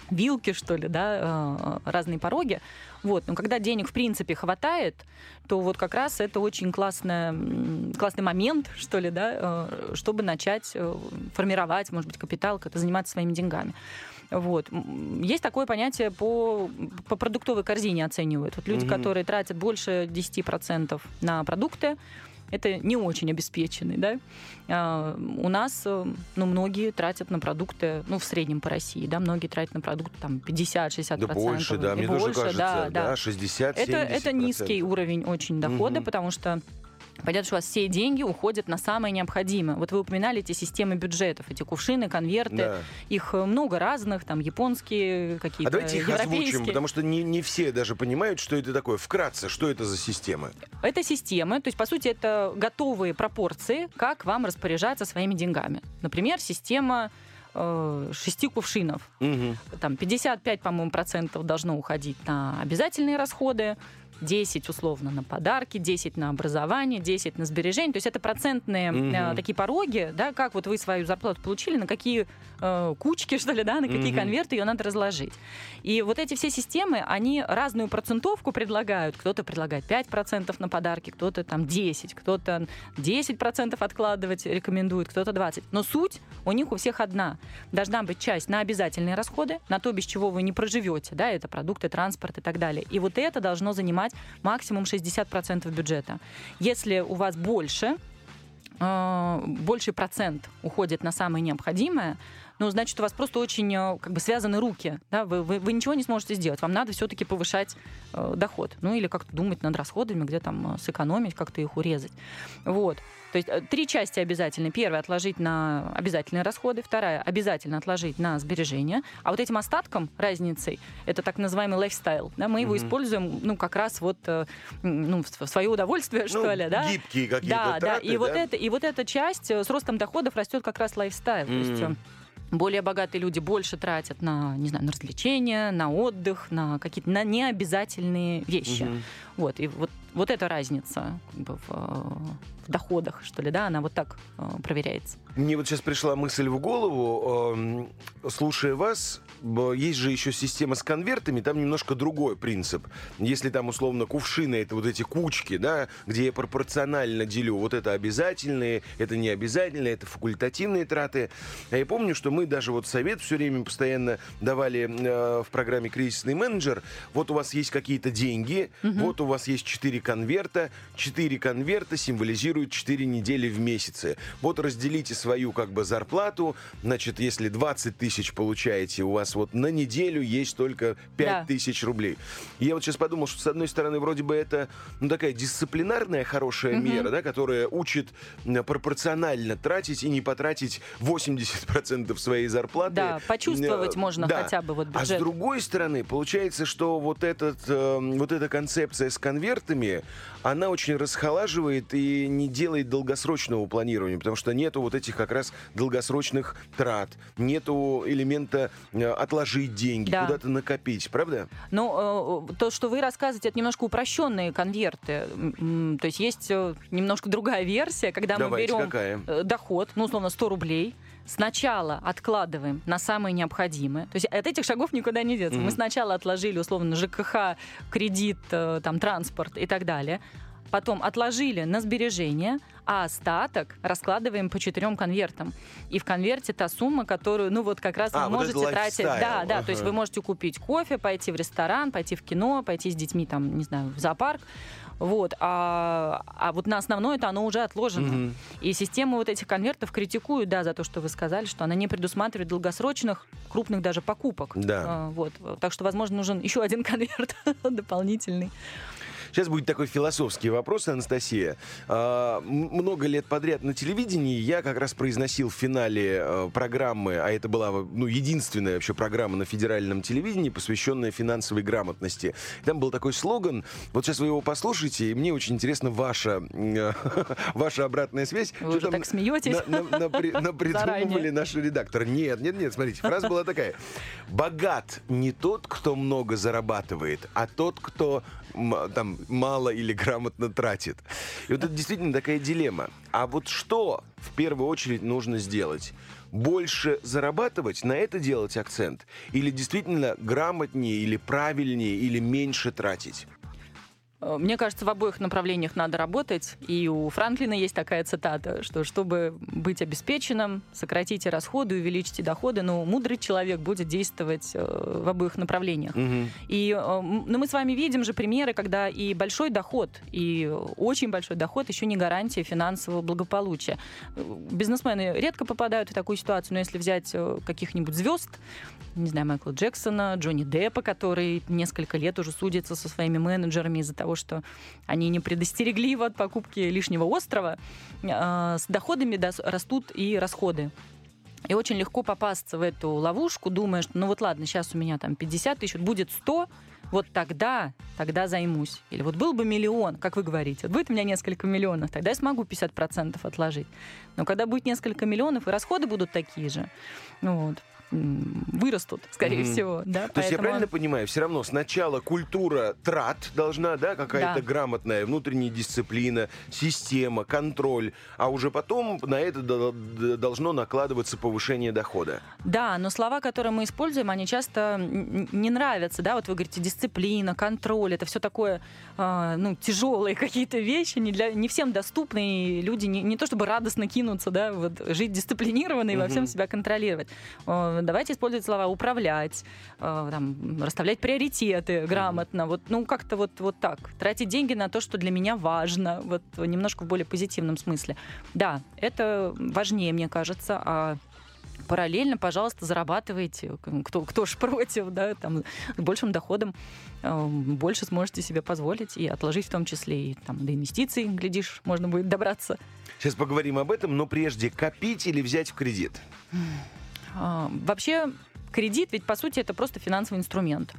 Speaker 3: вилки, что ли, да, разные пороги. Вот. Но когда денег, в принципе, хватает, то вот как раз это очень классная, классный момент, что ли, да, чтобы начать формировать, может быть, капитал, как-то заниматься своими деньгами. Вот. Есть такое понятие по, по продуктовой корзине оценивают. Вот люди, mm-hmm. которые тратят больше десять процентов на продукты, это не очень обеспеченный, да. А, у нас, ну, многие тратят на продукты, ну, в среднем по России, да, многие тратят на продукты там пятьдесят-шестьдесят процентов.
Speaker 2: Да больше, да, мне
Speaker 3: больше,
Speaker 2: тоже кажется,
Speaker 3: да, да.
Speaker 2: да, шестьдесят-семьдесят
Speaker 3: это,
Speaker 2: процентов.
Speaker 3: это низкий уровень очень дохода, mm-hmm. потому что понятно, что у вас все деньги уходят на самое необходимое. Вот вы упоминали эти системы бюджетов, эти кувшины, конверты. Да. Их много разных, там японские, какие-то
Speaker 2: европейские. А давайте их
Speaker 3: европейские.
Speaker 2: озвучим, потому что не, не все даже понимают, что это такое. Вкратце, что это за системы? Это
Speaker 3: системы, то есть, по сути, это готовые пропорции, как вам распоряжаться своими деньгами. Например, система э, шести кувшинов. Угу. Там пятьдесят пять, по-моему, процентов должно уходить на обязательные расходы, десять условно на подарки, десять на образование, десять на сбережения. То есть это процентные mm-hmm. э, такие пороги, да, как вот вы свою зарплату получили, на какие э, кучки, что ли, да, на какие mm-hmm. конверты ее надо разложить. И вот эти все системы, они разную процентовку предлагают. Кто-то предлагает пять процентов на подарки, кто-то там десять, кто-то десять процентов откладывать рекомендует, кто-то двадцать процентов. Но суть у них у всех одна. Должна быть часть на обязательные расходы, на то, без чего вы не проживете, да, это продукты, транспорт и так далее. И вот это должно занимать максимум шестьдесят процентов бюджета. Если у вас больше, э, больший процент уходит на самое необходимое, ну, значит, у вас просто очень как бы связаны руки. Да? Вы, вы, вы ничего не сможете сделать. Вам надо все-таки повышать э, доход. Ну, или как-то думать над расходами, где там сэкономить, как-то их урезать. Вот. То есть три части обязательны. Первая — отложить на обязательные расходы. Вторая — обязательно отложить на сбережения. А вот этим остатком, разницей, это так называемый лайфстайл. Да? Мы его mm-hmm. используем, ну, как раз вот ну, в свое удовольствие, что
Speaker 2: ну,
Speaker 3: ли. Да?
Speaker 2: Гибкие какие-то
Speaker 3: да,
Speaker 2: траты.
Speaker 3: Да. И,
Speaker 2: да?
Speaker 3: Вот это, и вот эта часть с ростом доходов растет как раз лайфстайл. Mm-hmm. То есть более богатые люди больше тратят на, не знаю, на развлечения, на отдых, на какие-то на необязательные вещи. Mm-hmm. Вот, и вот, вот эта разница как бы, в, в доходах, что ли, да, она вот так э, проверяется.
Speaker 2: Мне вот сейчас пришла мысль в голову, э, слушая вас, есть же еще система с конвертами, там немножко другой принцип. Если там, условно, кувшины, это вот эти кучки, да, где я пропорционально делю, вот это обязательные, это не обязательные, это факультативные траты. А я помню, что мы даже вот совет все время постоянно давали э, в программе «Кризисный менеджер». Вот у вас есть какие-то деньги, угу. вот у вас есть четыре конверта, четыре конверта символизируют четыре недели в месяце. Вот разделите свою как бы зарплату, значит, если двадцать тысяч получаете, у вас вот на неделю есть только пять тысяч да. рублей. И я вот сейчас подумал, что с одной стороны вроде бы это ну, такая дисциплинарная хорошая угу. мера, да, которая учит пропорционально тратить и не потратить восемьдесят процентов своей зарплаты.
Speaker 3: Да, почувствовать можно
Speaker 2: да.
Speaker 3: хотя бы вот бюджет.
Speaker 2: А с другой стороны, получается, что вот, этот, э, вот эта концепция с конвертами, она очень расхолаживает и не делает долгосрочного планирования, потому что нету вот этих как раз долгосрочных трат, нету элемента э, отложить деньги, да. куда-то накопить, правда?
Speaker 3: Ну, э, то, что вы рассказываете, это немножко упрощенные конверты. То есть есть немножко другая версия, когда
Speaker 2: Давайте,
Speaker 3: мы берем
Speaker 2: какая?
Speaker 3: доход, ну, условно, сто рублей, сначала откладываем на самое необходимое. То есть от этих шагов никуда не деться. Mm-hmm. Мы сначала отложили, условно, ЖКХ, кредит, там, транспорт и так далее. Потом отложили на сбережения, а остаток раскладываем по четырем конвертам. И в конверте та сумма, которую, ну вот как раз
Speaker 2: а,
Speaker 3: вы
Speaker 2: вот
Speaker 3: можете тратить. Да, да,
Speaker 2: ага.
Speaker 3: то есть вы можете купить кофе, пойти в ресторан, пойти в кино, пойти с детьми, там, не знаю, в зоопарк. Вот. А, а вот на основное это оно уже отложено. Mm-hmm. И систему вот этих конвертов критикуют, да, за то, что вы сказали, что она не предусматривает долгосрочных, крупных даже покупок.
Speaker 2: Да.
Speaker 3: А, вот. Так что, возможно, нужен еще один конверт дополнительный.
Speaker 2: Сейчас будет такой философский вопрос, Анастасия. А, много лет подряд на телевидении я как раз произносил в финале а, программы, а это была ну, единственная вообще программа на федеральном телевидении, посвященная финансовой грамотности. Там был такой слоган, вот сейчас вы его послушаете, и мне очень интересна ваша, ваша обратная связь.
Speaker 3: Вы уже так смеетесь?
Speaker 2: Напридумывали наши редакторы. Нет, нет, нет, смотрите, фраза была такая. Богат не тот, кто много зарабатывает, а тот, кто там мало или грамотно тратит. И вот это действительно такая дилемма. А вот что в первую очередь нужно сделать? больше зарабатывать, на это делать акцент? Или действительно грамотнее, или правильнее, или меньше тратить?
Speaker 3: Мне кажется, в обоих направлениях надо работать. И у Франклина есть такая цитата, что чтобы быть обеспеченным, сократите расходы, увеличьте доходы, но мудрый человек будет действовать в обоих направлениях. Угу. И ну, мы с вами видим же примеры, когда и большой доход, и очень большой доход еще не гарантия финансового благополучия. Бизнесмены редко попадают в такую ситуацию, но если взять каких-нибудь звезд, не знаю, Майкла Джексона, Джонни Деппа, который несколько лет уже судится со своими менеджерами из-за того, что они не предостерегли его от покупки лишнего острова, с доходами растут и расходы. И очень легко попасться в эту ловушку, думая, что ну вот ладно, сейчас у меня там пятьдесят тысяч, будет сто, вот тогда, тогда займусь. Или вот был бы миллион, как вы говорите, вот будет у меня несколько миллионов, тогда я смогу пятьдесят процентов отложить. Но когда будет несколько миллионов, и расходы будут такие же, вот, вырастут, скорее mm-hmm. всего. Да?
Speaker 2: То есть я правильно понимаю, все равно сначала культура трат должна, да, какая-то да. грамотная внутренняя дисциплина, система, контроль, а уже потом на это должно накладываться повышение дохода.
Speaker 3: Да, но слова, которые мы используем, они часто не нравятся, да, вот вы говорите дисциплина, контроль, это все такое, э, ну, тяжелые какие-то вещи, не, для, не всем доступны, и люди не, не то чтобы радостно кинутся, да, вот жить дисциплинированно и mm-hmm. во всем себя контролировать. Давайте использовать слова «управлять», э, там, расставлять приоритеты грамотно. Mm-hmm. Вот, ну, как-то вот, вот так. Тратить деньги на то, что для меня важно. Вот немножко в более позитивном смысле. Да, это важнее, мне кажется. А параллельно, пожалуйста, зарабатывайте. Кто, кто ж против, да, там, с большим доходом э, больше сможете себе позволить и отложить в том числе и там, до инвестиций, глядишь, можно будет добраться.
Speaker 2: Сейчас поговорим об этом, но прежде копить или взять в кредит?
Speaker 3: Вообще, кредит, ведь, по сути, это просто финансовый инструмент.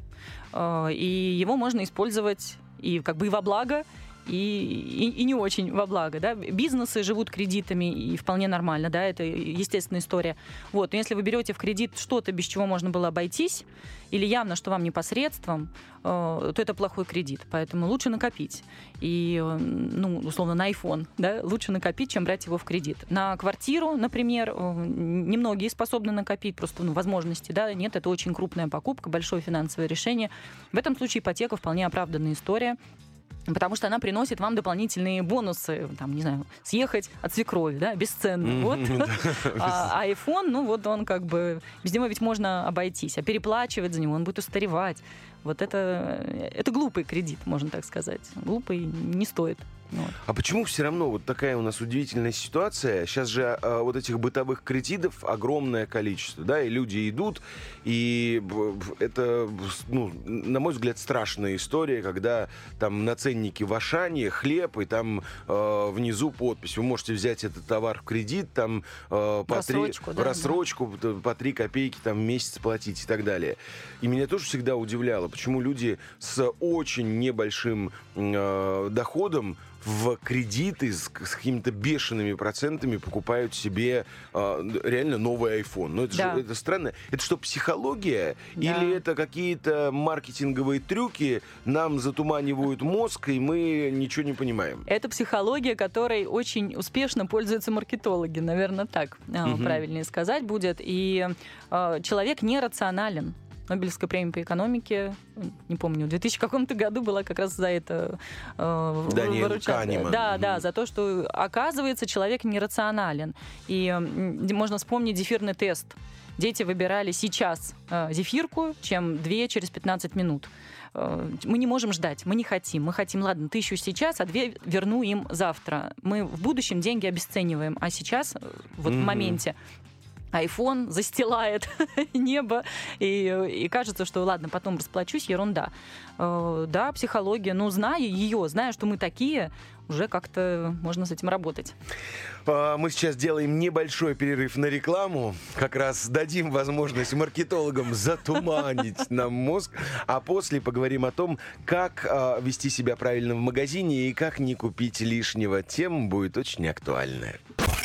Speaker 3: И его можно использовать и как бы и во благо, и, и, и не очень во благо. Да? Бизнесы живут кредитами, и вполне нормально, да, это естественная история. Вот. Но если вы берете в кредит что-то, без чего можно было обойтись, или явно, что вам непосредством, то это плохой кредит. Поэтому лучше накопить. И, ну, условно, на iPhone, да, лучше накопить, чем брать его в кредит. На квартиру, например, немногие способны накопить, просто ну, возможности, да, нет, это очень крупная покупка, большое финансовое решение. В этом случае ипотека вполне оправданная история. Потому что она приносит вам дополнительные бонусы, там, не знаю, съехать от свекрови, да, бесценно. Mm-hmm. Вот. А iPhone, ну вот он как бы, без него ведь можно обойтись, а переплачивать за него, он будет устаревать. Вот это, это глупый кредит, можно так сказать. Глупый не стоит. Вот.
Speaker 2: А почему все равно вот такая у нас удивительная ситуация? Сейчас же а, вот этих бытовых кредитов огромное количество, да, и люди идут, и это, ну, на мой взгляд, страшная история, когда там на ценнике в Ашане хлеб, и там э, внизу подпись. Вы можете взять этот товар в кредит, там э, по рассрочку, три, да, рассрочку да. по три копейки там, в месяц платить и так далее. И меня тоже всегда удивляло, почему люди с очень небольшим э, доходом в кредиты с, с какими-то бешеными процентами покупают себе э, реально новый iPhone. Ну, это, да. же, это странно. Это что, психология? Да. Или это какие-то маркетинговые трюки нам затуманивают мозг, и мы ничего не понимаем?
Speaker 3: Это психология, которой очень успешно пользуются маркетологи. Наверное, так угу. правильнее сказать будет. И э, человек нерационален. Нобелевская премия по экономике, не помню, в две тысячи каком-то году была как раз за это э,
Speaker 2: Даниэль Канеман.
Speaker 3: Да, mm-hmm. да, за то, что, оказывается, человек нерационален. И э, можно вспомнить зефирный тест. Дети выбирали сейчас э, зефирку, чем две через пятнадцать минут. Э, мы не можем ждать, мы не хотим. Мы хотим, ладно, тысячу сейчас, а две верну им завтра. Мы в будущем деньги обесцениваем, а сейчас, вот mm-hmm. в моменте, iPhone застилает небо, и, и кажется, что ладно, потом расплачусь, ерунда. Э, да, психология, но зная ее, зная, что мы такие, уже как-то можно с этим работать.
Speaker 2: Мы сейчас делаем небольшой перерыв на рекламу, как раз дадим возможность маркетологам затуманить нам мозг, а после поговорим о том, как вести себя правильно в магазине и как не купить лишнего. Тема будет очень актуальная.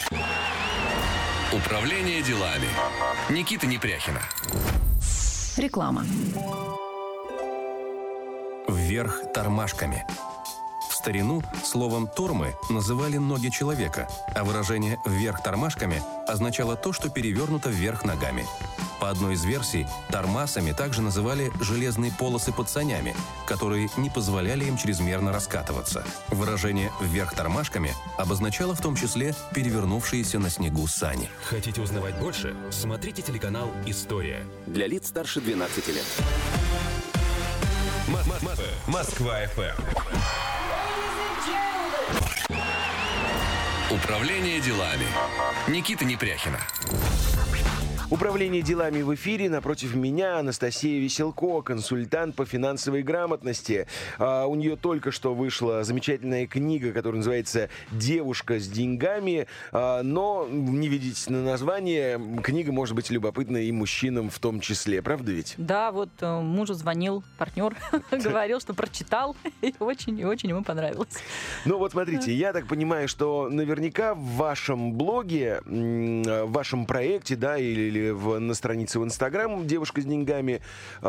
Speaker 4: Управление делами. Никита Непряхина.
Speaker 7: Реклама.
Speaker 4: Вверх тормашками. В старину словом «тормы» называли ноги человека, а выражение «вверх тормашками» означало то, что перевернуто вверх ногами. По одной из версий, тормасами также называли железные полосы под санями, которые не позволяли им чрезмерно раскатываться. Выражение «вверх тормашками» обозначало в том числе перевернувшиеся на снегу сани.
Speaker 1: Хотите узнавать больше? Смотрите телеканал «История».
Speaker 8: Для лиц старше двенадцати лет.
Speaker 1: Москва эф эм.
Speaker 4: Управление делами. Никита Непряхина.
Speaker 2: Управление делами в эфире. Напротив меня Анастасия Веселко, консультант по финансовой грамотности. А, у нее только что вышла замечательная книга, которая называется «Девушка с деньгами». А, но не видите на название, книга может быть любопытна и мужчинам в том числе. Правда ведь?
Speaker 3: Да, вот э, мужу звонил партнер, говорил, что прочитал, и очень и очень ему понравилось.
Speaker 2: Ну вот смотрите, я так понимаю, что наверняка в вашем блоге, в вашем проекте, да, или В, на странице в Инстаграм «Девушка с деньгами» э,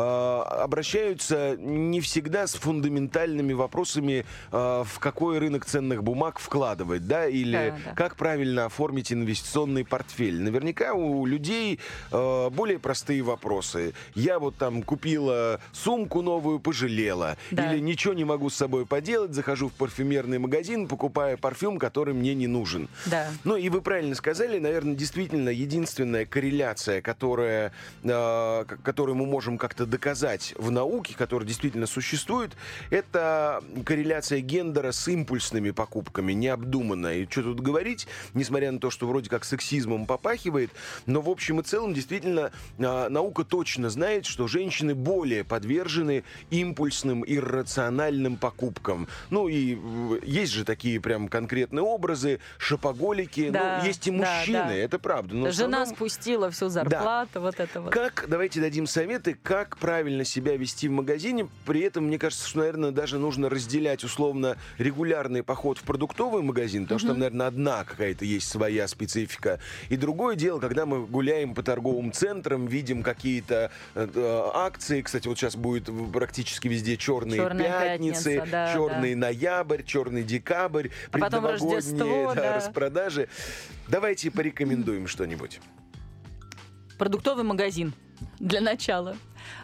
Speaker 2: обращаются не всегда с фундаментальными вопросами, э, в какой рынок ценных бумаг вкладывать, да, или
Speaker 3: да, да.
Speaker 2: как правильно оформить инвестиционный портфель. Наверняка у людей э, более простые вопросы. Я вот там купила сумку новую, пожалела.
Speaker 3: Да.
Speaker 2: Или ничего не могу с собой поделать, захожу в парфюмерный магазин, покупаю парфюм, который мне не нужен.
Speaker 3: Да.
Speaker 2: Ну и вы правильно сказали, наверное, действительно единственная корреляция, которая, э, которую мы можем как-то доказать в науке, которая действительно существует, это корреляция гендера с импульсными покупками, необдуманная. И что тут говорить, несмотря на то, что вроде как сексизмом попахивает, но в общем и целом действительно э, наука точно знает, что женщины более подвержены импульсным, иррациональным покупкам. Ну и э, есть же такие прям конкретные образы, шопоголики,
Speaker 3: да,
Speaker 2: ну, есть и мужчины, да, да. Это правда. Но
Speaker 3: жена
Speaker 2: основном...
Speaker 3: спустила всю зарплату, да. вот это вот.
Speaker 2: Как, давайте дадим советы, как правильно себя вести в магазине. При этом, мне кажется, что, наверное, даже нужно разделять условно регулярный поход в продуктовый магазин, потому mm-hmm. что там, наверное, одна какая-то есть своя специфика. И другое дело, когда мы гуляем по торговым центрам, видим какие-то э, акции. Кстати, вот сейчас будет практически везде черные
Speaker 3: Черная
Speaker 2: пятницы,
Speaker 3: пятница, да,
Speaker 2: черный
Speaker 3: да.
Speaker 2: ноябрь, черный декабрь,
Speaker 3: а потом Рождество,
Speaker 2: да,
Speaker 3: да.
Speaker 2: распродажи. Давайте порекомендуем что-нибудь.
Speaker 3: Продуктовый магазин для начала.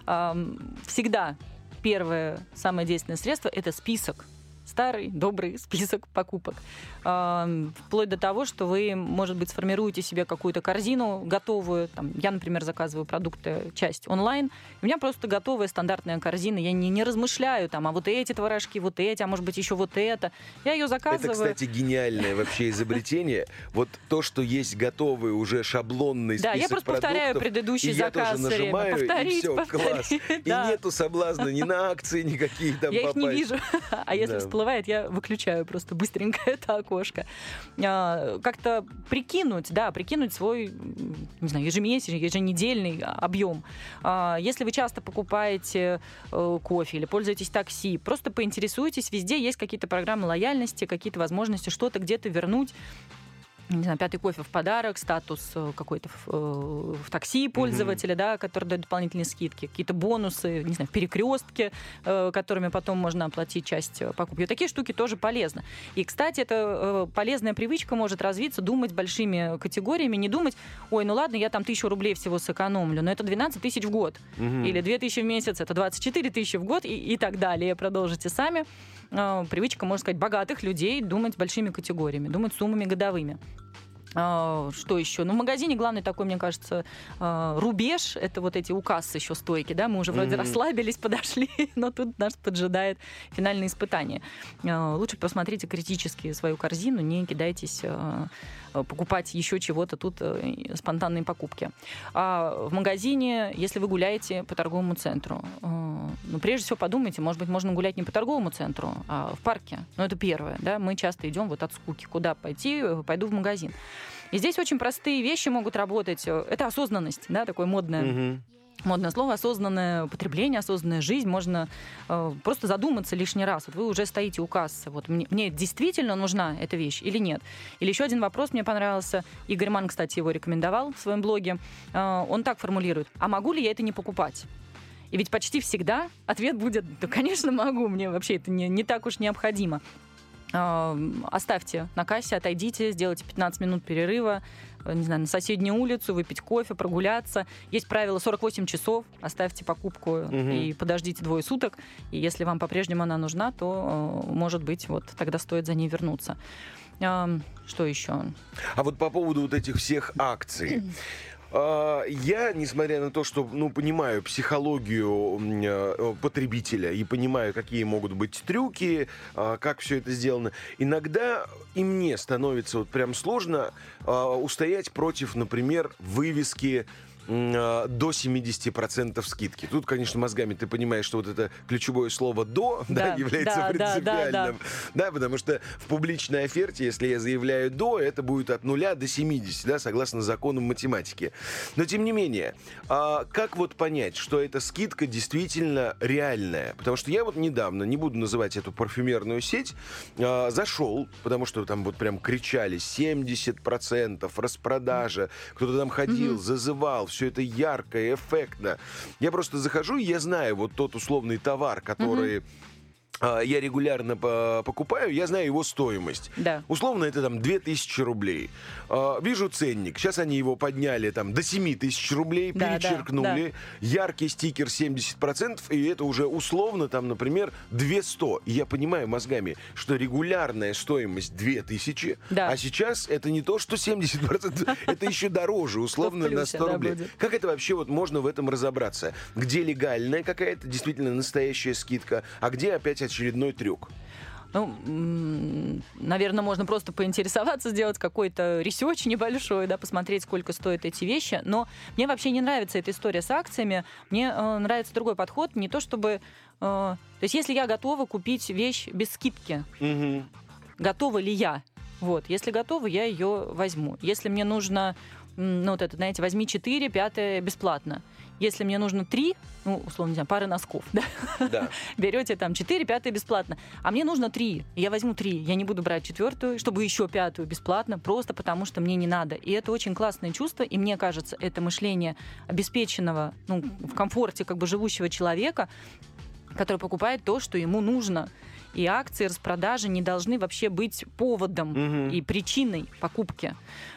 Speaker 3: Всегда первое, самое действенное средство – это список. Старый, добрый список покупок. Вплоть до того, что вы, может быть, сформируете себе какую-то корзину готовую. Там, я, например, заказываю продукты, часть онлайн. У меня просто готовая стандартная корзина. Я не, не размышляю, там, а вот эти творожки, вот эти, а может быть, еще вот это. Я ее заказываю.
Speaker 2: Это, кстати, гениальное вообще изобретение. Вот то, что есть готовый уже шаблонный список продуктов.
Speaker 3: Да, я просто повторяю предыдущий заказ.
Speaker 2: Я тоже нажимаю,
Speaker 3: повторить,
Speaker 2: и все,
Speaker 3: повторить,
Speaker 2: класс.
Speaker 3: да.
Speaker 2: И нету соблазна ни на акции никакие там
Speaker 3: я
Speaker 2: попасть.
Speaker 3: Я их не вижу. А если
Speaker 2: да.
Speaker 3: всплывает, я выключаю просто быстренько это окошко. Как-то прикинуть, да, прикинуть свой, не знаю, ежемесячный, еженедельный объем. Если вы часто покупаете кофе или пользуетесь такси, просто поинтересуйтесь, везде есть какие-то программы лояльности, какие-то возможности что-то где-то вернуть. Не знаю, пятый кофе в подарок, статус какой-то в, в такси пользователя, mm-hmm. да, который дает дополнительные скидки, какие-то бонусы, не знаю, перекрестки, которыми потом можно оплатить часть покупки. Вот такие штуки тоже полезно. И, кстати, эта полезная привычка может развиться, думать большими категориями, не думать, ой, ну ладно, я там тысячу рублей всего сэкономлю, но это двенадцать тысяч в год. Mm-hmm. Или две тысячи в месяц, это двадцать четыре тысячи в год и, и так далее. Продолжите сами. Привычка, можно сказать, богатых людей думать большими категориями, думать суммами годовыми. Что еще? Ну, в магазине главный такой, мне кажется, рубеж. Это вот эти у кассы еще стойки, да? Мы уже вроде mm-hmm. расслабились, подошли, но тут нас поджидает финальное испытание. Лучше посмотрите критически свою корзину, не кидайтесь покупать еще чего-то тут, спонтанные покупки. А в магазине, если вы гуляете по торговому центру, ну, прежде всего подумайте, может быть, можно гулять не по торговому центру, а в парке. Ну, это первое, да? Мы часто идем вот от скуки. Куда пойти? Пойду в магазин. И здесь очень простые вещи могут работать. Это осознанность, да, такое модное. Mm-hmm. Модное слово, осознанное потребление, осознанная жизнь. Можно э, просто задуматься лишний раз. Вот вы уже стоите у кассы. Вот мне, мне действительно нужна эта вещь или нет? Или еще один вопрос мне понравился. Игорь Манн, кстати, его рекомендовал в своем блоге. Э, он так формулирует. А могу ли я это не покупать? И ведь почти всегда ответ будет, да, конечно, могу. Мне вообще это не, не так уж необходимо. оставьте на кассе, отойдите, сделайте пятнадцать минут перерыва, не знаю, на соседнюю улицу, выпить кофе, прогуляться. Есть правило сорок восемь часов, оставьте покупку угу. и подождите двое суток. И если вам по-прежнему она нужна, то, может быть, вот тогда стоит за ней вернуться. Что еще?
Speaker 2: А вот по поводу вот этих всех акций. Я, несмотря на то, что, ну, понимаю психологию потребителя и понимаю, какие могут быть трюки, как все это сделано, иногда и мне становится вот прям сложно устоять против, например, вывески до семьдесят процентов скидки. Тут, конечно, мозгами ты понимаешь, что вот это ключевое слово «до» да, да, является да, принципиальным. Да, да, да. да, потому что в публичной оферте, если я заявляю «до», это будет от нуля до семидесяти, да, согласно законам математики. Но, тем не менее, а как вот понять, что эта скидка действительно реальная? Потому что я вот недавно, не буду называть эту парфюмерную сеть, а, зашел, потому что там вот прям кричали семьдесят процентов, распродажа, кто-то там ходил, mm-hmm. зазывал, все это ярко и эффектно. Я просто захожу, и я знаю вот тот условный товар, который... Mm-hmm. я регулярно покупаю, я знаю его стоимость.
Speaker 3: Да.
Speaker 2: Условно, это там две тысячи рублей. Вижу ценник. Сейчас они его подняли там до семь тысяч рублей, да, перечеркнули. Да, да. Яркий стикер семьдесят процентов, и это уже условно там, например, две сто. И я понимаю мозгами, что регулярная стоимость две тысячи, да. а сейчас это не то, что семьдесят процентов, это еще дороже, условно, на сто рублей. Как это вообще вот можно в этом разобраться? Где легальная какая-то действительно настоящая скидка, а где опять очередной трюк?
Speaker 3: Ну, наверное, можно просто поинтересоваться, сделать какой-то ресерч небольшой, да, посмотреть, сколько стоят эти вещи. Но мне вообще не нравится эта история с акциями. Мне э, нравится другой подход. Не то чтобы... Э, то есть если я готова купить вещь без скидки, угу. готова ли я? Вот. Если готова, я ее возьму. Если мне нужно... Ну, вот это, знаете, возьми четыре, пятое бесплатно. Если мне нужно три, ну, условно, не знаю, пары носков, да? Да. Берете там четыре, пятое бесплатно. А мне нужно три, я возьму три. Я не буду брать четвертую, чтобы еще пятую бесплатно, просто потому что мне не надо. И это очень классное чувство, и мне кажется, это мышление обеспеченного, ну, в комфорте как бы живущего человека, который покупает то, что ему нужно. И акции, распродажи не должны вообще быть поводом угу. и причиной покупки.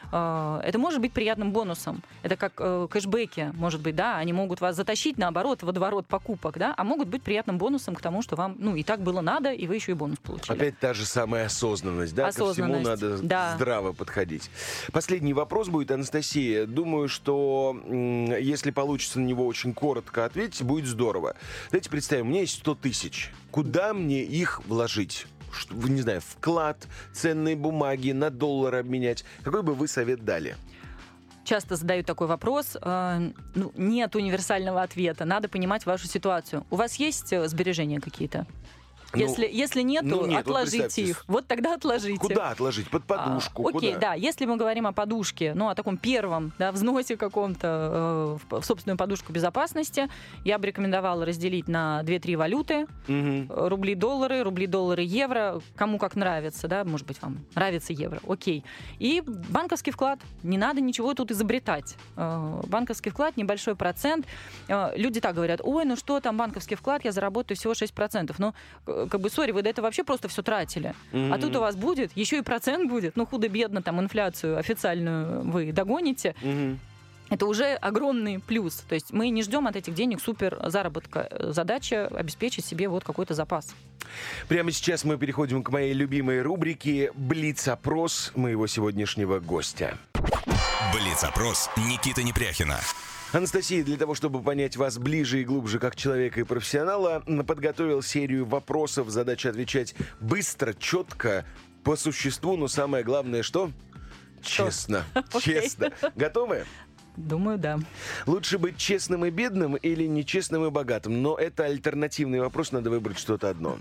Speaker 3: Это может быть приятным бонусом. Это как э, кэшбэки, может быть, да, они могут вас затащить, наоборот, в водоворот покупок, да, а могут быть приятным бонусом к тому, что вам, ну, и так было надо, и вы еще и бонус получили.
Speaker 2: Опять та же самая осознанность, да, осознанность. Ко всему надо да. здраво подходить. Последний вопрос будет, Анастасия. Думаю, что м- если получится на него очень коротко ответить, будет здорово. Давайте представим, у меня есть сто тысяч. Куда мне их вложить? Что, не знаю, вклад, ценные бумаги, на доллары обменять. Какой бы вы совет дали?
Speaker 3: Часто задают такой вопрос. Э, ну, нет универсального ответа. Надо понимать вашу ситуацию. У вас есть сбережения какие-то? Ну, если, если нету, ну нет, отложите вот их. Вот тогда отложите.
Speaker 2: Куда отложить? Под подушку?
Speaker 3: А, окей,
Speaker 2: куда?
Speaker 3: Да. Если мы говорим о подушке, ну, о таком первом, да, взносе каком-то э, в собственную подушку безопасности, я бы рекомендовала разделить на две-три валюты. Угу. Рубли, доллары, рубли, доллары, евро. Кому как нравится, да, может быть, вам нравится евро. Окей. И банковский вклад. Не надо ничего тут изобретать. Э, банковский вклад, небольшой процент. Э, люди так говорят: ой, ну что там банковский вклад, я заработаю всего шесть процентов. Ну, как бы, сори, вы до этого вообще просто все тратили. Mm-hmm. А тут у вас будет, еще и процент будет. Ну, худо-бедно, там, инфляцию официальную вы догоните. Mm-hmm. Это уже огромный плюс. То есть мы не ждем от этих денег супер заработка. Задача обеспечить себе вот какой-то запас.
Speaker 2: Прямо сейчас мы переходим к моей любимой рубрике «Блиц-опрос» моего сегодняшнего гостя.
Speaker 1: Блиц-опрос Никиты Непряхина.
Speaker 2: Анастасия, для того, чтобы понять вас ближе и глубже как человека и профессионала, подготовил серию вопросов. Задача отвечать быстро, четко, по существу, но самое главное, что? Честно. Честно. Готовы?
Speaker 3: Думаю, да.
Speaker 2: Лучше быть честным и бедным или нечестным и богатым? Но это альтернативный вопрос, надо выбрать что-то одно.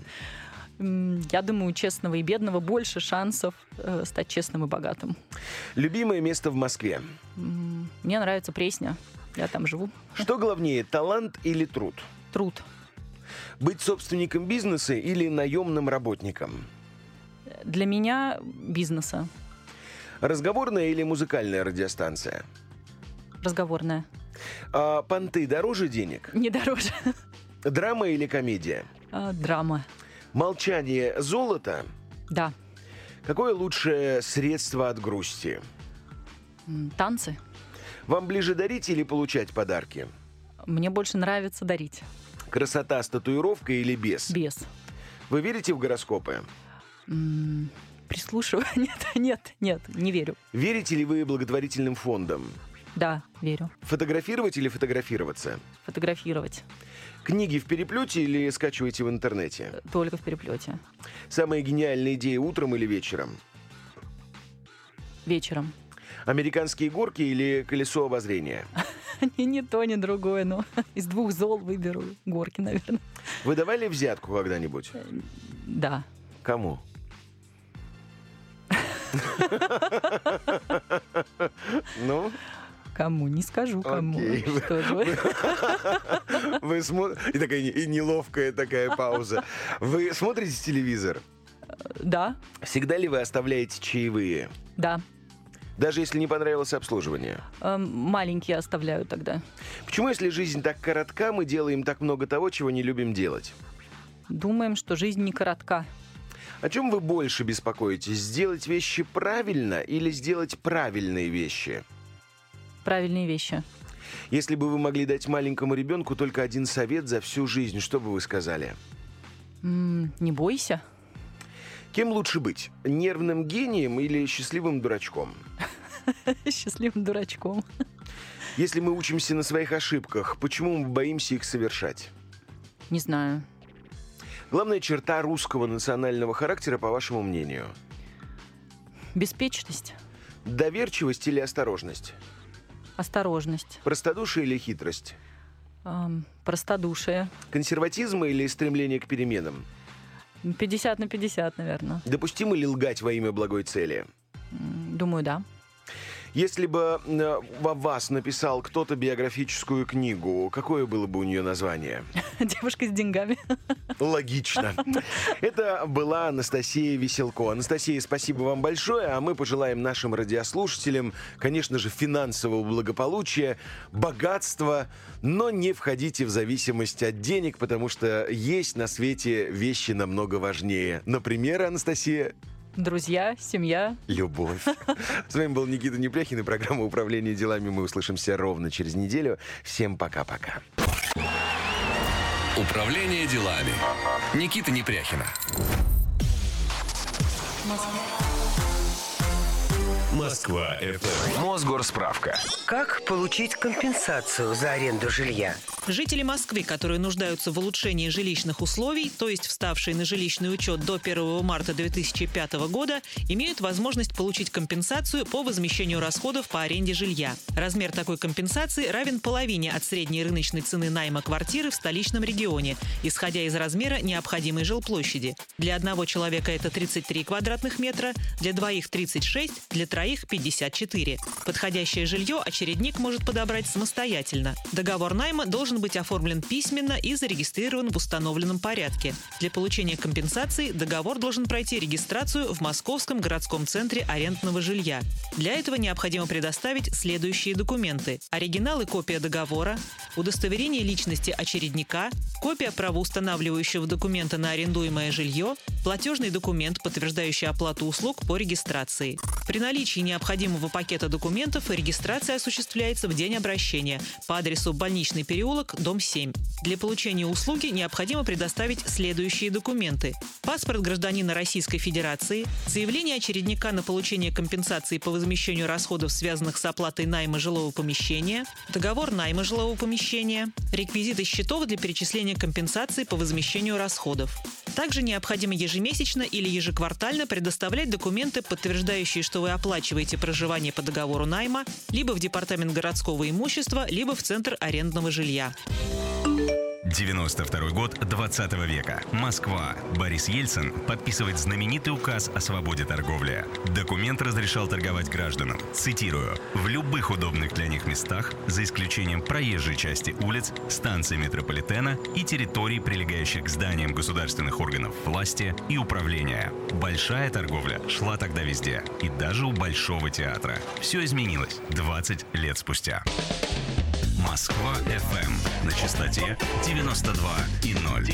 Speaker 3: Я думаю, у честного и бедного больше шансов э, стать честным и богатым.
Speaker 2: Любимое место в Москве?
Speaker 3: Мне нравится Пресня. Я там живу.
Speaker 2: Что главнее, талант или труд?
Speaker 3: Труд.
Speaker 2: Быть собственником бизнеса или наемным работником?
Speaker 3: Для меня бизнеса.
Speaker 2: Разговорная или музыкальная радиостанция?
Speaker 3: Разговорная.
Speaker 2: А, понты дороже денег?
Speaker 3: Не дороже.
Speaker 2: Драма или комедия?
Speaker 3: А, драма.
Speaker 2: Молчание золото
Speaker 3: Да.
Speaker 2: Какое лучшее средство от грусти?
Speaker 3: М, Танцы.
Speaker 2: Вам ближе дарить или получать подарки?
Speaker 3: Мне больше нравится дарить.
Speaker 2: Красота с татуировкой или без?
Speaker 3: Без.
Speaker 2: Вы верите в гороскопы?
Speaker 3: М, Прислушиваю. Нет, нет, нет, не верю.
Speaker 2: Верите ли вы благотворительным фондам?
Speaker 3: Да, верю.
Speaker 2: Фотографировать или фотографироваться?
Speaker 3: Фотографировать.
Speaker 2: Книги в переплете или скачиваете в интернете?
Speaker 3: Только в переплете.
Speaker 2: Самая гениальная идея утром или вечером?
Speaker 3: Вечером.
Speaker 2: Американские горки или колесо обозрения?
Speaker 3: Ни, ни то, ни другое, но из двух зол выберу горки, наверное.
Speaker 2: Вы давали взятку когда-нибудь?
Speaker 3: Да.
Speaker 2: Кому? Ну?
Speaker 3: Кому? Не скажу, кому.
Speaker 2: Окей.
Speaker 3: Что же вы?
Speaker 2: Вы смотрите... И такая и неловкая такая пауза. Вы смотрите телевизор?
Speaker 3: Да,
Speaker 2: Всегда ли вы оставляете чаевые?
Speaker 3: да.
Speaker 2: Даже если не понравилось обслуживание?
Speaker 3: Эм, Маленькие оставляю тогда.
Speaker 2: Почему, если жизнь так коротка, мы делаем так много того, чего не любим делать?
Speaker 3: Думаем, что жизнь не коротка.
Speaker 2: О чем вы больше беспокоитесь? Сделать вещи правильно или сделать правильные вещи?
Speaker 3: Правильные вещи.
Speaker 2: Если бы вы могли дать маленькому ребенку только один совет за всю жизнь, что бы вы сказали?
Speaker 3: М, Не бойся.
Speaker 2: Кем лучше быть? Нервным гением или счастливым дурачком?
Speaker 3: Счастливым дурачком.
Speaker 2: Если мы учимся на своих ошибках, почему мы боимся их совершать?
Speaker 3: Не знаю.
Speaker 2: Главная черта русского национального характера, по вашему мнению?
Speaker 3: Беспечность.
Speaker 2: Доверчивость или осторожность?
Speaker 3: Осторожность.
Speaker 2: Простодушие или хитрость?
Speaker 3: Эм, Простодушие.
Speaker 2: Консерватизм или стремление к переменам?
Speaker 3: пятьдесят на пятьдесят, наверное.
Speaker 2: Допустимо ли лгать во имя благой цели?
Speaker 3: М, Думаю, да.
Speaker 2: Если бы э, о вас написал кто-то биографическую книгу, какое было бы у нее название?
Speaker 3: Девушка с деньгами.
Speaker 2: Логично. Это была Анастасия Веселко. Анастасия, спасибо вам большое, а мы пожелаем нашим радиослушателям, конечно же, финансового благополучия, богатства, но не входите в зависимость от денег, потому что есть на свете вещи намного важнее. Например, Анастасия...
Speaker 3: Друзья, семья.
Speaker 2: Любовь. С вами был Никита Непряхин и программа «Управление делами». Мы услышимся ровно через неделю. Всем пока-пока.
Speaker 4: Управление делами. Никита Непряхина.
Speaker 1: Москва эф эм.
Speaker 2: Мосгорсправка.
Speaker 5: Как получить компенсацию за аренду жилья?
Speaker 6: Жители Москвы, которые нуждаются в улучшении жилищных условий, то есть вставшие на жилищный учет до первого марта две тысячи пятого года, имеют возможность получить компенсацию по возмещению расходов по аренде жилья. Размер такой компенсации равен половине от средней рыночной цены найма квартиры в столичном регионе, исходя из размера необходимой жилплощади. Для одного человека это тридцать три квадратных метра, для двоих тридцать шесть, для троих пятьдесят четыре. Подходящее жилье очередник может подобрать самостоятельно. Договор найма должен быть оформлен письменно и зарегистрирован в установленном порядке. Для получения компенсации договор должен пройти регистрацию в Московском городском центре арендного жилья. Для этого необходимо предоставить следующие документы: оригинал и копия договора, удостоверение личности очередника, копия правоустанавливающего документа на арендуемое жилье, платежный документ, подтверждающий оплату услуг по регистрации. При наличии необходимого пакета документов регистрация осуществляется в день обращения по адресу Больничный переулок, дом семь. Для получения услуги необходимо предоставить следующие документы: паспорт гражданина Российской Федерации, заявление очередника на получение компенсации по возмещению расходов, связанных с оплатой найма жилого помещения, договор найма жилого помещения, реквизиты счетов для перечисления компенсации по возмещению расходов. Также необходимо ежемесячно или ежеквартально предоставлять документы, подтверждающие, что вы оплачиваете проживание по договору найма, либо в Департамент городского имущества, либо в Центр арендного жилья.
Speaker 9: девяносто второй год двадцатого века. Москва. Борис Ельцин подписывает знаменитый указ о свободе торговли. Документ разрешал торговать гражданам, цитирую, в любых удобных для них местах, за исключением проезжей части улиц, станций метрополитена и территорий, прилегающих к зданиям государственных органов власти и управления. Большая торговля шла тогда везде, и даже у Большого театра. Все изменилось двадцать лет спустя. Москва эф эм на частоте девяносто два и ноль.